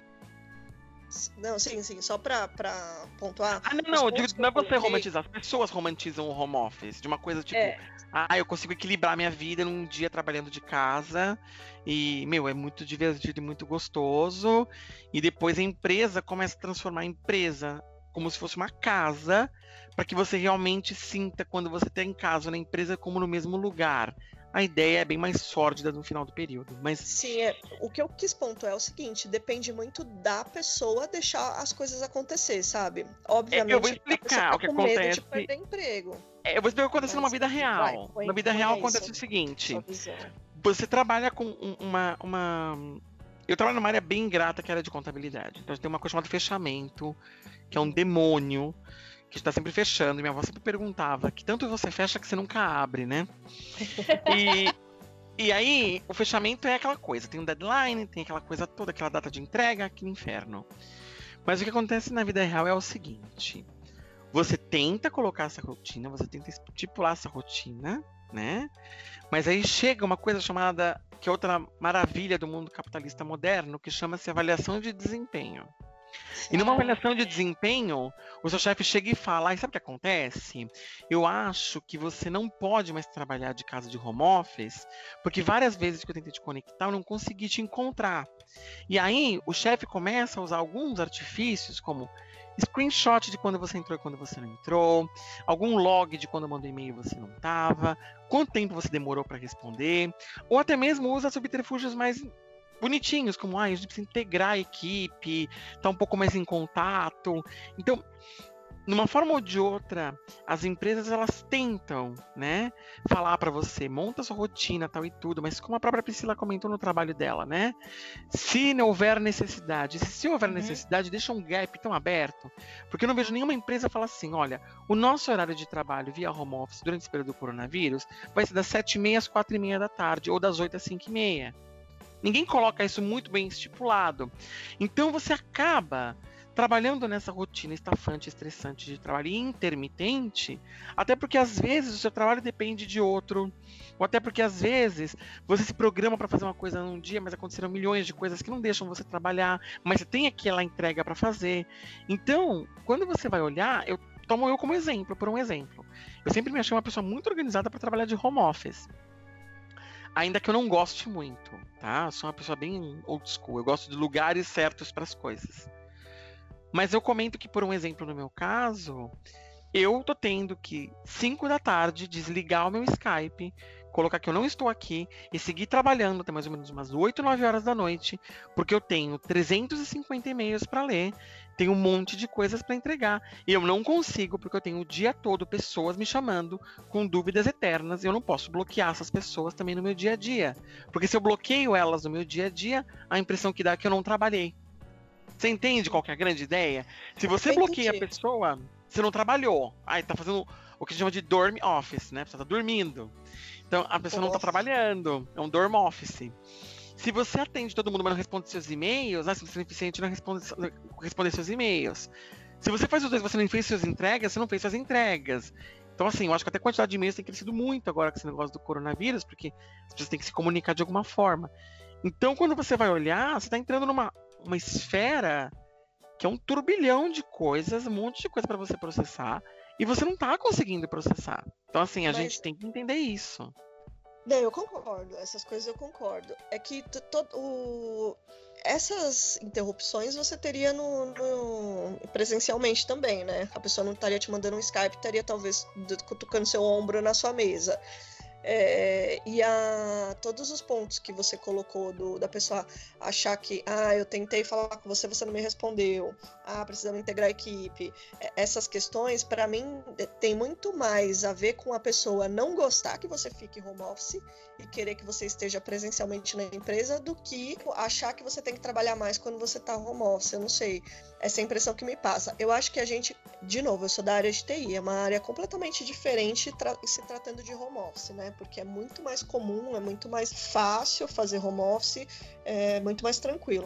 Não, sim, sim, só pra, pra pontuar. Ah, não, não, eu digo, não é você coloquei... romantizar, as pessoas romantizam o home office, de uma coisa tipo, é. ah, eu consigo equilibrar minha vida num dia trabalhando de casa, e, meu, é muito divertido e muito gostoso, e depois a empresa começa a transformar a empresa como se fosse uma casa, para que você realmente sinta quando você está em casa na empresa como no mesmo lugar. A ideia é bem mais sórdida no final do período, mas... Sim, é, o que eu quis pontuar é o seguinte, depende muito da pessoa deixar as coisas acontecer, sabe? Obviamente, é, eu vou explicar tá o que com acontece... medo de perder emprego. É, eu vou explicar o que acontece numa vida real. Vai, na vida real é acontece isso, o seguinte, visão. Você trabalha com uma, uma... Eu trabalho numa área bem ingrata, que é a área de contabilidade. Então tem uma coisa chamada fechamento, que é um demônio, que está sempre fechando, e minha avó sempre perguntava que tanto você fecha que você nunca abre, né? E, e aí, o fechamento é aquela coisa, tem um deadline, tem aquela coisa toda, aquela data de entrega, que inferno. Mas o que acontece na vida real é o seguinte, você tenta colocar essa rotina, você tenta estipular essa rotina, né? Mas aí chega uma coisa chamada, que é outra maravilha do mundo capitalista moderno, que chama-se avaliação de desempenho. E numa avaliação de desempenho, o seu chefe chega e fala, ah, sabe o que acontece? Eu acho que você não pode mais trabalhar de casa de home office, porque várias vezes que eu tentei te conectar, eu não consegui te encontrar. E aí, o chefe começa a usar alguns artifícios, como screenshot de quando você entrou e quando você não entrou, algum log de quando mandou e-mail e você não estava, quanto tempo você demorou para responder, ou até mesmo usa subterfúgios mais bonitinhos, como ah, a gente precisa integrar a equipe, tá um pouco mais em contato. Então, numa forma ou de outra, as empresas elas tentam, né, falar para você, monta sua rotina, tal e tudo, mas como a própria Priscila comentou no trabalho dela, né, se não houver necessidade, se, se houver uhum. necessidade, deixa um gap tão aberto, porque eu não vejo nenhuma empresa falar assim, olha, o nosso horário de trabalho via home office durante esse período do coronavírus vai ser das sete e meia às quatro e meia da tarde, ou das oito às cinco e meia. Ninguém coloca isso muito bem estipulado. Então você acaba trabalhando nessa rotina estafante, estressante de trabalho intermitente, até porque às vezes o seu trabalho depende de outro, ou até porque às vezes você se programa para fazer uma coisa num dia, mas aconteceram milhões de coisas que não deixam você trabalhar, mas você tem aquela entrega para fazer. Então, quando você vai olhar, eu tomo eu como exemplo, por um exemplo. Eu sempre me achei uma pessoa muito organizada para trabalhar de home office. Ainda que eu não goste muito, tá? Eu sou uma pessoa bem old school. Eu gosto de lugares certos para as coisas. Mas eu comento que, por um exemplo, no meu caso, eu tô tendo que, cinco da tarde, desligar o meu Skype, colocar que eu não estou aqui e seguir trabalhando até mais ou menos umas oito, nove horas da noite, porque eu tenho trezentos e cinquenta e-mails para ler, tenho um monte de coisas para entregar, e eu não consigo porque eu tenho o dia todo pessoas me chamando com dúvidas eternas, e eu não posso bloquear essas pessoas também no meu dia a dia, porque se eu bloqueio elas no meu dia a dia, a impressão que dá é que eu não trabalhei. Você entende qual que é a grande ideia? Se você Eu bloqueia entendi. a pessoa, você não trabalhou. Aí tá fazendo o que a gente chama de dorm office, né? A pessoa tá dormindo. Então a pessoa não tá Nossa. trabalhando. É um dorm office. Se você atende todo mundo, mas não responde seus e-mails, né? Se você é eficiente, não responde, não responde seus e-mails. Se você faz os dois, você não fez suas entregas, você não fez suas entregas. Então, assim, eu acho que até a quantidade de e-mails tem crescido muito agora com esse negócio do coronavírus, porque as pessoas têm que se comunicar de alguma forma. Então, quando você vai olhar, você tá entrando numa uma esfera que é um turbilhão de coisas, um monte de coisa para você processar, e você não tá conseguindo processar. Então, assim, a Mas- gente tem que entender isso. Não, eu concordo, essas coisas eu concordo. É que t- to- o- essas interrupções você teria no, no- presencialmente também, né? A pessoa não estaria te mandando um Skype, estaria talvez d- cutucando seu ombro na sua mesa. É, e a, todos os pontos que você colocou do, da pessoa achar que, ah, eu tentei falar com você, você não me respondeu, ah, precisamos integrar a equipe. É, essas questões, para mim, é, tem muito mais a ver com a pessoa não gostar que você fique home office e querer que você esteja presencialmente na empresa do que achar que você tem que trabalhar mais quando você tá home office. Eu não sei, essa é a impressão que me passa. Eu acho que a gente, de novo, eu sou da área de T I, é uma área completamente diferente tra- se tratando de home office, né? Porque é muito mais comum, é muito mais fácil fazer home office, é muito mais tranquilo.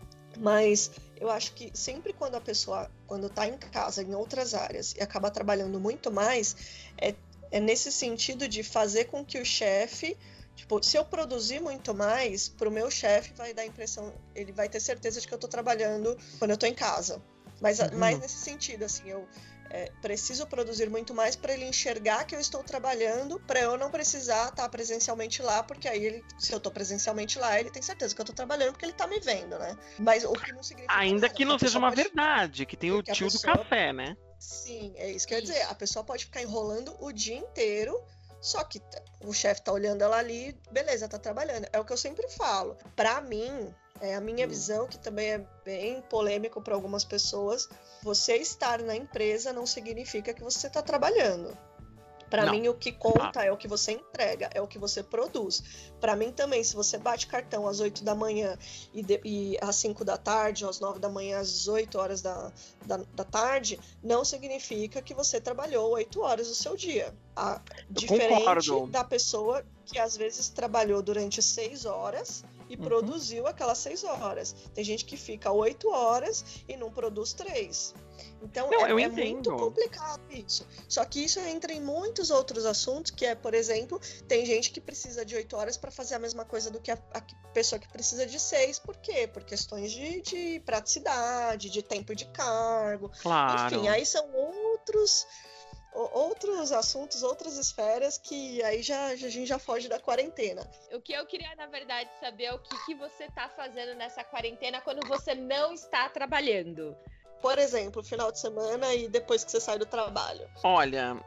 Mas eu acho que sempre quando a pessoa, quando tá em casa, em outras áreas, e acaba trabalhando muito mais, é, é nesse sentido de fazer com que o chefe, tipo, se eu produzir muito mais, pro meu chefe vai dar a impressão, ele vai ter certeza de que eu tô trabalhando quando eu tô em casa. Mas Uhum. mais nesse sentido, assim, eu é, preciso produzir muito mais para ele enxergar que eu estou trabalhando, para eu não precisar estar presencialmente lá, porque aí ele, se eu estou presencialmente lá, ele tem certeza que eu estou trabalhando porque ele está me vendo, né? Mas o que não significa Ainda nada, que não porque a seja pessoa uma pode- verdade, que tem o porque a tio do pessoa- café, né? Sim, é isso que eu ia dizer. A pessoa pode ficar enrolando o dia inteiro, só que t- o chefe tá olhando ela ali, beleza, tá trabalhando. É o que eu sempre falo. Pra mim, é a minha Hum. visão, que também é bem polêmico para algumas pessoas, você estar na empresa não significa que você tá trabalhando. Pra Não, mim, o que conta é o que você entrega, é o que você produz. Pra mim também, se você bate cartão às oito da manhã e, de- e às cinco da tarde, ou às nove da manhã, às dezoito horas da, da, da tarde, não significa que você trabalhou oito horas do seu dia. A, diferente concordo. da pessoa que às vezes trabalhou durante seis horas e Uhum. produziu aquelas seis horas. Tem gente que fica oito horas e não produz três. Então Não, é, eu é entendo. muito complicado isso. Só que isso entra em muitos outros assuntos, que é, por exemplo, tem gente que precisa de oito horas para fazer a mesma coisa do que a, a pessoa que precisa de seis. Por quê? Por questões de, de praticidade, de tempo de cargo. Claro. Enfim, aí são outros o- outros assuntos, outras esferas que aí já, a gente já foge da quarentena. O que eu queria, na verdade, saber é o que, que você tá fazendo nessa quarentena quando você não está trabalhando. Por exemplo, final de semana e depois que você sai do trabalho. Olha,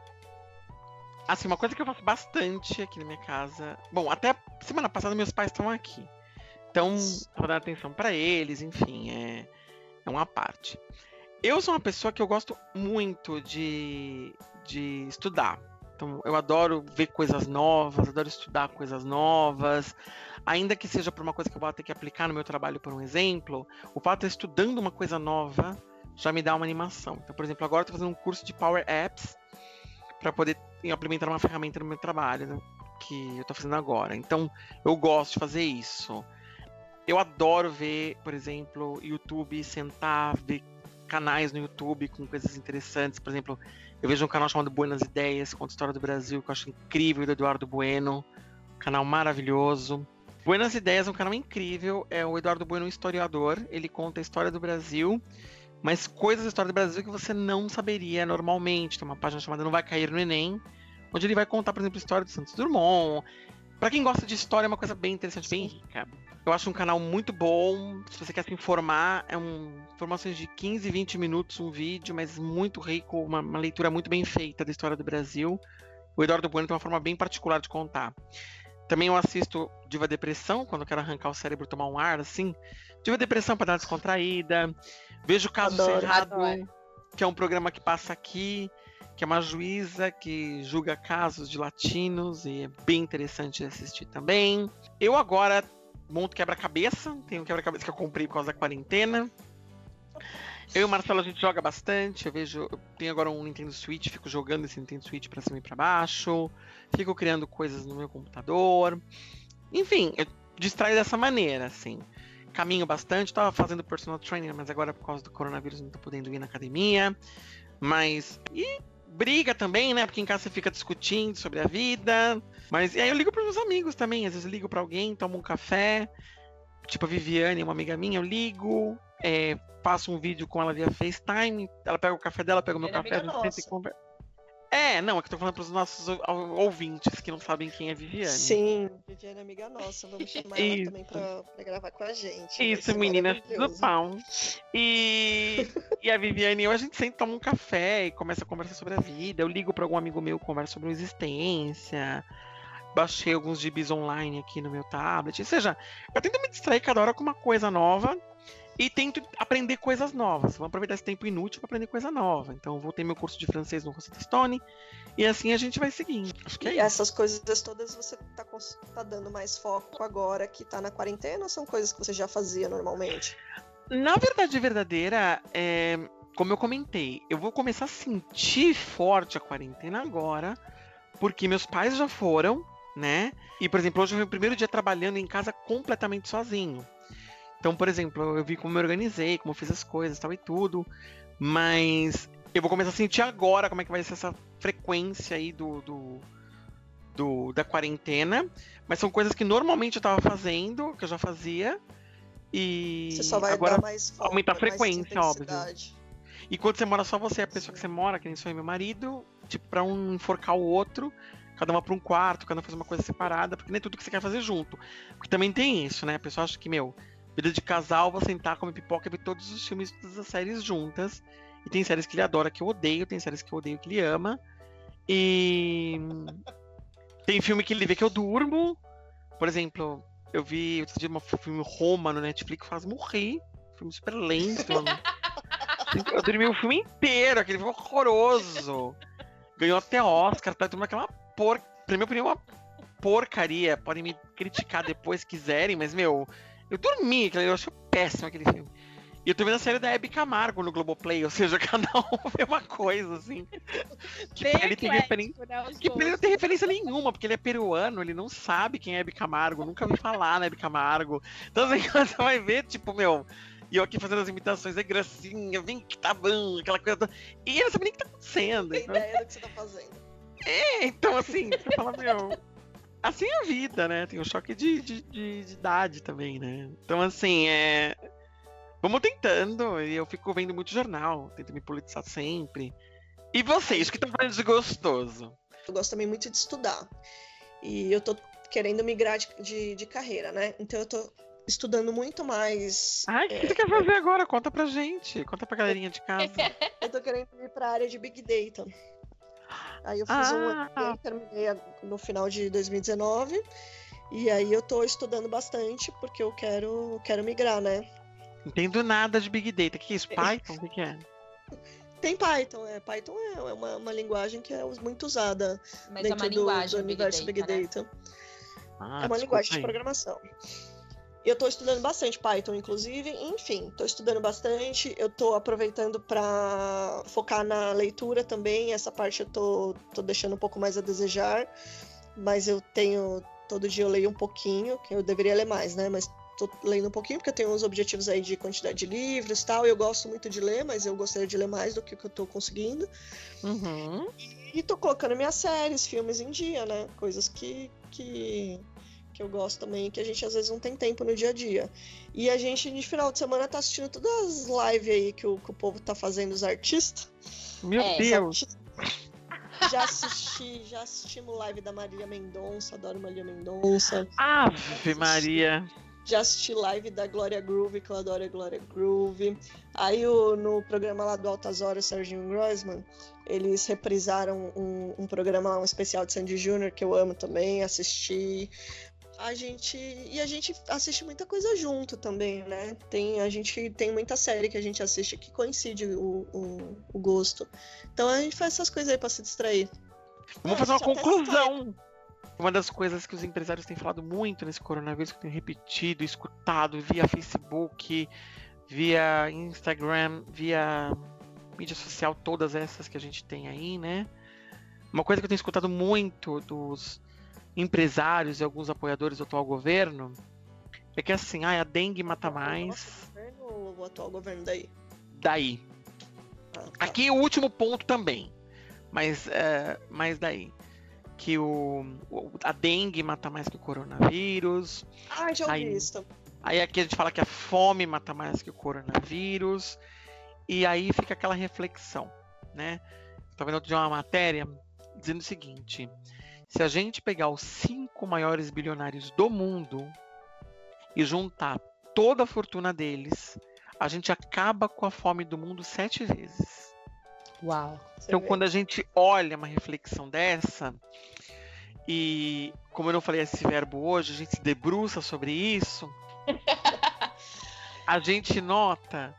assim, uma coisa que eu faço bastante aqui na minha casa. Bom, até semana passada meus pais estão aqui. Então, vou dar atenção pra eles, enfim, é, é uma parte. Eu sou uma pessoa que eu gosto muito de, de estudar. Então, eu adoro ver coisas novas, adoro estudar coisas novas. Ainda que seja por uma coisa que eu vou ter que aplicar no meu trabalho, por um exemplo, o fato de eu estudando uma coisa nova já me dá uma animação. Então, por exemplo, agora eu estou fazendo um curso de Power Apps para poder implementar uma ferramenta no meu trabalho, né, que eu estou fazendo agora. Então, eu gosto de fazer isso. Eu adoro ver, por exemplo, YouTube, sentar, ver canais no YouTube com coisas interessantes. Por exemplo, eu vejo um canal chamado Buenas Ideias, conta a história do Brasil, que eu acho incrível, do Eduardo Bueno. Um canal maravilhoso. Buenas Ideias é um canal incrível. É o Eduardo Bueno, um historiador. Ele conta a história do Brasil, mas coisas da história do Brasil que você não saberia normalmente. Tem uma página chamada Não Vai Cair no Enem, onde ele vai contar, por exemplo, a história do Santos Dumont. Pra quem gosta de história, é uma coisa bem interessante, bem rica. Eu acho um canal muito bom. Se você quer se informar, é um informações de quinze, vinte minutos um vídeo, mas muito rico, uma, uma leitura muito bem feita da história do Brasil. O Eduardo Bueno tem uma forma bem particular de contar. Também eu assisto Diva Depressão, quando eu quero arrancar o cérebro, tomar um ar, assim. Diva Depressão para dar uma descontraída. Vejo o Caso Adoro, Cerrado, adoro. que é um programa que passa aqui, que é uma juíza que julga casos de latinos, e é bem interessante de assistir também. Eu agora monto quebra-cabeça, tem um quebra-cabeça que eu comprei por causa da quarentena. Eu e o Marcelo, a gente joga bastante, eu vejo, eu tenho agora um Nintendo Switch, fico jogando esse Nintendo Switch pra cima e pra baixo, fico criando coisas no meu computador. Enfim, eu distraio dessa maneira, assim. Caminho bastante, tava fazendo personal training, mas agora por causa do coronavírus não tô podendo ir na academia. Mas, e briga também, né? Porque em casa você fica discutindo sobre a vida. Mas, e aí eu ligo pros meus amigos também, às vezes eu ligo pra alguém, tomo um café. Tipo a Viviane, uma amiga minha, eu ligo, é, faço um vídeo com ela via FaceTime, ela pega o café dela, pega o meu Ela é café, a amiga gente senta e nossa. conversa. É, não, é que eu tô falando pros nossos ou- ouvintes que não sabem quem é Viviane. Sim, Viviane é amiga nossa. Vamos chamar ela Isso. também pra, pra gravar com a gente. Vai Isso, ser meninas do maravilhoso. pão. E, e a Viviane e eu, a gente sempre toma um café e começa a conversar sobre a vida. Eu ligo pra algum amigo meu, converso sobre existência. Baixei alguns gibis online aqui no meu tablet. Ou seja, eu tento me distrair cada hora com uma coisa nova e tento aprender coisas novas. Vamos aproveitar esse tempo inútil para aprender coisa nova. Então, eu voltei meu curso de francês no Rosetta Stone e assim a gente vai seguindo. Acho que é E isso. essas coisas todas você tá, cons- tá dando mais foco agora que tá na quarentena ou são coisas que você já fazia normalmente? Na verdade verdadeira, é, como eu comentei, eu vou começar a sentir forte a quarentena agora, porque meus pais já foram, né? E, por exemplo, hoje foi o primeiro dia trabalhando em casa completamente sozinho. Então, por exemplo, eu vi como eu me organizei, como eu fiz as coisas, tal e tudo. Mas eu vou começar a sentir agora como é que vai ser essa frequência aí do, do, do- da quarentena. Mas são coisas que normalmente eu tava fazendo, que eu já fazia. E Você só vai agora dar mais foco, aumenta a mais frequência, óbvio. intensidade. E quando você mora só você, a pessoa Sim. que você mora, que nem sou eu e meu marido, tipo, pra um enforcar o outro, cada uma pra um quarto, cada um faz uma coisa separada, porque nem é tudo que você quer fazer junto. Porque também tem isso, né? A pessoa acha que, meu, vida de casal, vou sentar, comer pipoca e ver todos os filmes, todas as séries juntas. E tem séries que ele adora que eu odeio, tem séries que eu odeio que ele ama. E tem filme que ele vê que eu durmo. Por exemplo, eu vi outro dia um filme Roma no Netflix, faz morrer. Filme super lento. Eu dormi o filme inteiro, aquele filme horroroso. Ganhou até Oscar, tá? Tudo aquela por... Pra minha opinião, uma porcaria. Podem me criticar depois se quiserem, mas, meu, eu dormi, aquele- eu achei péssimo aquele filme. E eu tô vendo a série da Hebe Camargo no Globoplay, ou seja, cada um vê uma coisa, assim. Que Bem pra ele tem referência. eclético, né, os Que pra ele não gostos. tem referência nenhuma, porque ele é peruano, ele não sabe quem é Hebe Camargo, nunca ouviu falar na Hebe Camargo. Então, assim, quando você vai ver, tipo, meu. E eu aqui fazendo as imitações, é gracinha, vem que tá bom, aquela coisa. toda. E ele não sabe nem o que tá acontecendo. Tem Então, ideia do que você tá fazendo. é, então, assim, você fala, meu. Assim é a vida, né? Tem um choque de, de, de- de idade também, né? Então, assim, é. Vamos tentando, e eu fico vendo muito jornal, tento me politizar sempre. E vocês, o que estão fazendo de gostoso? Eu gosto também muito de estudar. E eu tô querendo migrar de, de, de carreira, né? Então eu tô estudando muito mais. Ai, o que é, que você quer fazer agora? Conta pra gente, conta pra galerinha de casa. Eu tô querendo ir pra área de Big Data. Aí eu fiz um Ah. M B A, terminei a- no final de dois mil e dezenove. E aí eu tô estudando bastante porque eu quero, quero migrar, né? Entendo nada de Big Data. O que é isso? Python? O que que é? Tem Python, é. Python é uma, uma linguagem que é muito usada Mas é dentro uma do, linguagem do Big universo Data, Big né? Data. Ah, É uma desculpa linguagem de aí. programação. Eu tô estudando bastante Python, inclusive. Enfim, tô estudando bastante. Eu tô aproveitando para focar na leitura também. Essa parte eu tô, tô deixando um pouco mais a desejar. Mas eu tenho... Todo dia eu leio um pouquinho, que eu deveria ler mais, né? Mas tô lendo um pouquinho, porque eu tenho uns objetivos aí de quantidade de livros e tal. Eu gosto muito de ler, mas eu gostaria de ler mais do que o que eu tô conseguindo. Uhum. E tô colocando minhas séries, filmes em dia, né? Coisas que, que, que eu gosto também, que a gente às vezes não tem tempo no dia a dia. E a gente, de final de semana, tá assistindo todas as lives aí que o, que o povo tá fazendo, os artistas. Meu É, Os Deus. artistas. Já assisti, já assistimos live da Marília Mendonça, adoro Marília Mendonça. Ave Maria. já assisti live da Glória Groove, que eu adoro a Glória Groove. Aí o, no programa lá do Altas Horas, Serginho Groisman, eles reprisaram um, um programa lá, um especial de Sandy Júnior, que eu amo também, assisti. A gente, e a gente assiste muita coisa junto também, né? Tem, a gente tem muita série que a gente assiste que coincide o, o, o gosto. Então a gente faz essas coisas aí pra se distrair. Vamos fazer uma conclusão. Uma das coisas que os empresários têm falado muito nesse coronavírus, que eu tenho repetido, escutado via Facebook, via Instagram, via mídia social, todas essas que a gente tem aí, né? Uma coisa que eu tenho escutado muito dos empresários e alguns apoiadores do atual governo é que assim, ah, a dengue mata mais. O governo ou o atual governo daí? Daí. Ah, tá. Aqui o último ponto também, mas, é, mas daí. Que o, a dengue mata mais que o coronavírus. Ah, já ouvi aí, isso. Aí aqui a gente fala que a fome mata mais que o coronavírus. E aí fica aquela reflexão, né? Tô vendo outro dia uma matéria dizendo o seguinte: se a gente pegar os cinco maiores bilionários do mundo e juntar toda a fortuna deles, a gente acaba com a fome do mundo sete vezes. Uau! Então, quando a gente olha uma reflexão dessa, e como eu não falei esse verbo hoje, a gente se debruça sobre isso, a gente nota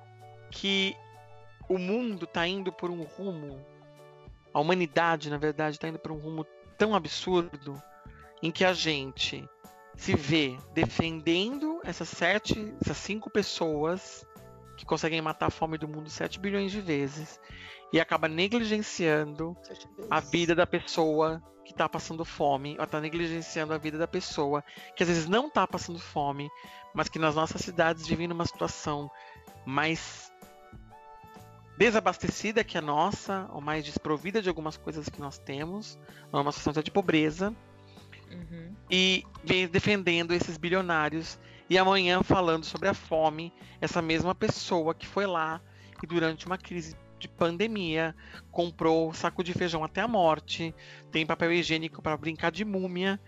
que o mundo está indo por um rumo, a humanidade, na verdade, está indo por um rumo tão absurdo, em que a gente se vê defendendo essas sete, essas cinco pessoas que conseguem matar a fome do mundo sete bilhões de vezes e acaba negligenciando a vida da pessoa que está passando fome, ou está negligenciando a vida da pessoa que às vezes não está passando fome, mas que nas nossas cidades vive numa situação mais desabastecida que a nossa, ou mais desprovida de algumas coisas que nós temos, uma situação de pobreza. Uhum. E vem defendendo esses bilionários, e amanhã falando sobre a fome, essa mesma pessoa que foi lá e durante uma crise de pandemia comprou saco de feijão até a morte, tem papel higiênico para brincar de múmia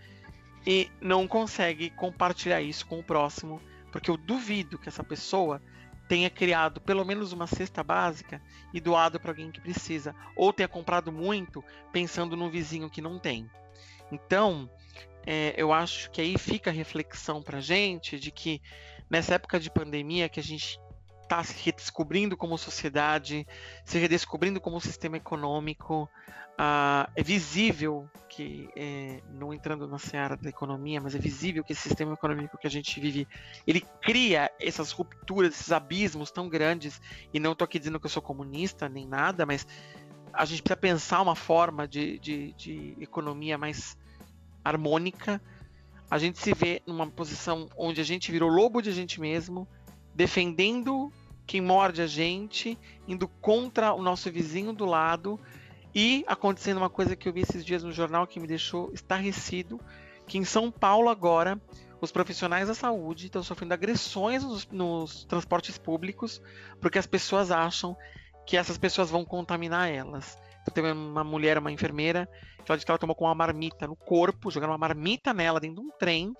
e não consegue compartilhar isso com o próximo, porque eu duvido que essa pessoa tenha criado pelo menos uma cesta básica e doado para alguém que precisa, ou tenha comprado muito pensando no vizinho que não tem. Então, é, eu acho que aí fica a reflexão para a gente de que nessa época de pandemia que a gente está se redescobrindo como sociedade, se redescobrindo como sistema econômico, uh, é visível que, é, não entrando na seara da economia, mas é visível que esse sistema econômico que a gente vive, ele cria essas rupturas, esses abismos tão grandes, e não estou aqui dizendo que eu sou comunista, nem nada, mas a gente precisa pensar uma forma de, de, de economia mais harmônica. A gente se vê numa posição onde a gente virou lobo de a gente mesmo, defendendo quem morde a gente, indo contra o nosso vizinho do lado, e acontecendo uma coisa que eu vi esses dias no jornal que me deixou estarrecido, que em São Paulo agora, os profissionais da saúde estão sofrendo agressões nos, nos transportes públicos, porque as pessoas acham que essas pessoas vão contaminar elas. Então, tem uma mulher, uma enfermeira, que ela disse que ela tomou com uma marmita no corpo, jogaram uma marmita nela dentro de um trem,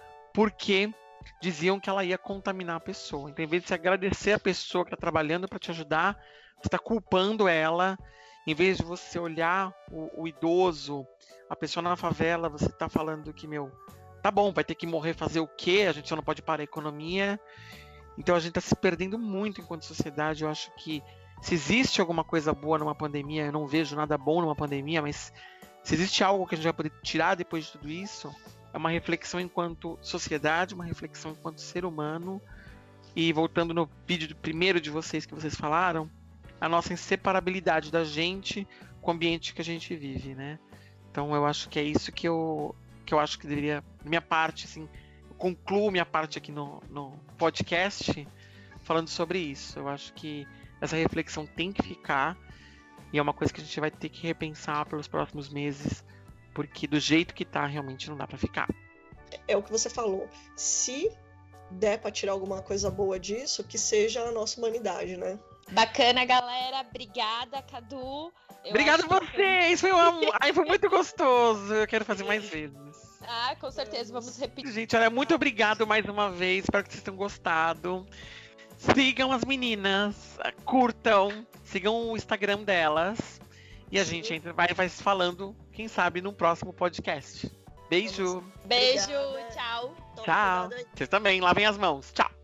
porque diziam que ela ia contaminar a pessoa. Então, em vez de se agradecer a pessoa que está trabalhando para te ajudar, você está culpando ela. Em vez de você olhar o, o idoso, a pessoa na favela, você está falando que, meu, tá bom, vai ter que morrer fazer o quê? A gente só não pode parar a economia. Então, a gente está se perdendo muito enquanto sociedade. Eu acho que se existe alguma coisa boa numa pandemia, eu não vejo nada bom numa pandemia, mas se existe algo que a gente vai poder tirar depois de tudo isso, é uma reflexão enquanto sociedade, uma reflexão enquanto ser humano. E voltando no vídeo do primeiro de vocês que vocês falaram, a nossa inseparabilidade da gente com o ambiente que a gente vive, né? Então eu acho que é isso que eu, que eu acho que deveria, minha parte, assim, eu concluo minha parte aqui no, no podcast falando sobre isso. Eu acho que essa reflexão tem que ficar, e é uma coisa que a gente vai ter que repensar pelos próximos meses, porque do jeito que tá, realmente não dá pra ficar. É o que você falou. Se der pra tirar alguma coisa boa disso, que seja a nossa humanidade, né? Bacana, galera. Obrigada, Cadu. Eu Obrigado a vocês! Que... Foi, um... Ai, foi muito gostoso. Eu quero fazer mais vezes. Ah, com certeza, vamos repetir. Gente, olha, muito obrigado mais uma vez. Espero que vocês tenham gostado. Sigam as meninas, curtam, sigam o Instagram delas. E a Sim. gente entra, vai, vai se falando, quem sabe, num próximo podcast. Beijo. Beijo, tchau. Tchau. Vocês também, lavem as mãos. Tchau.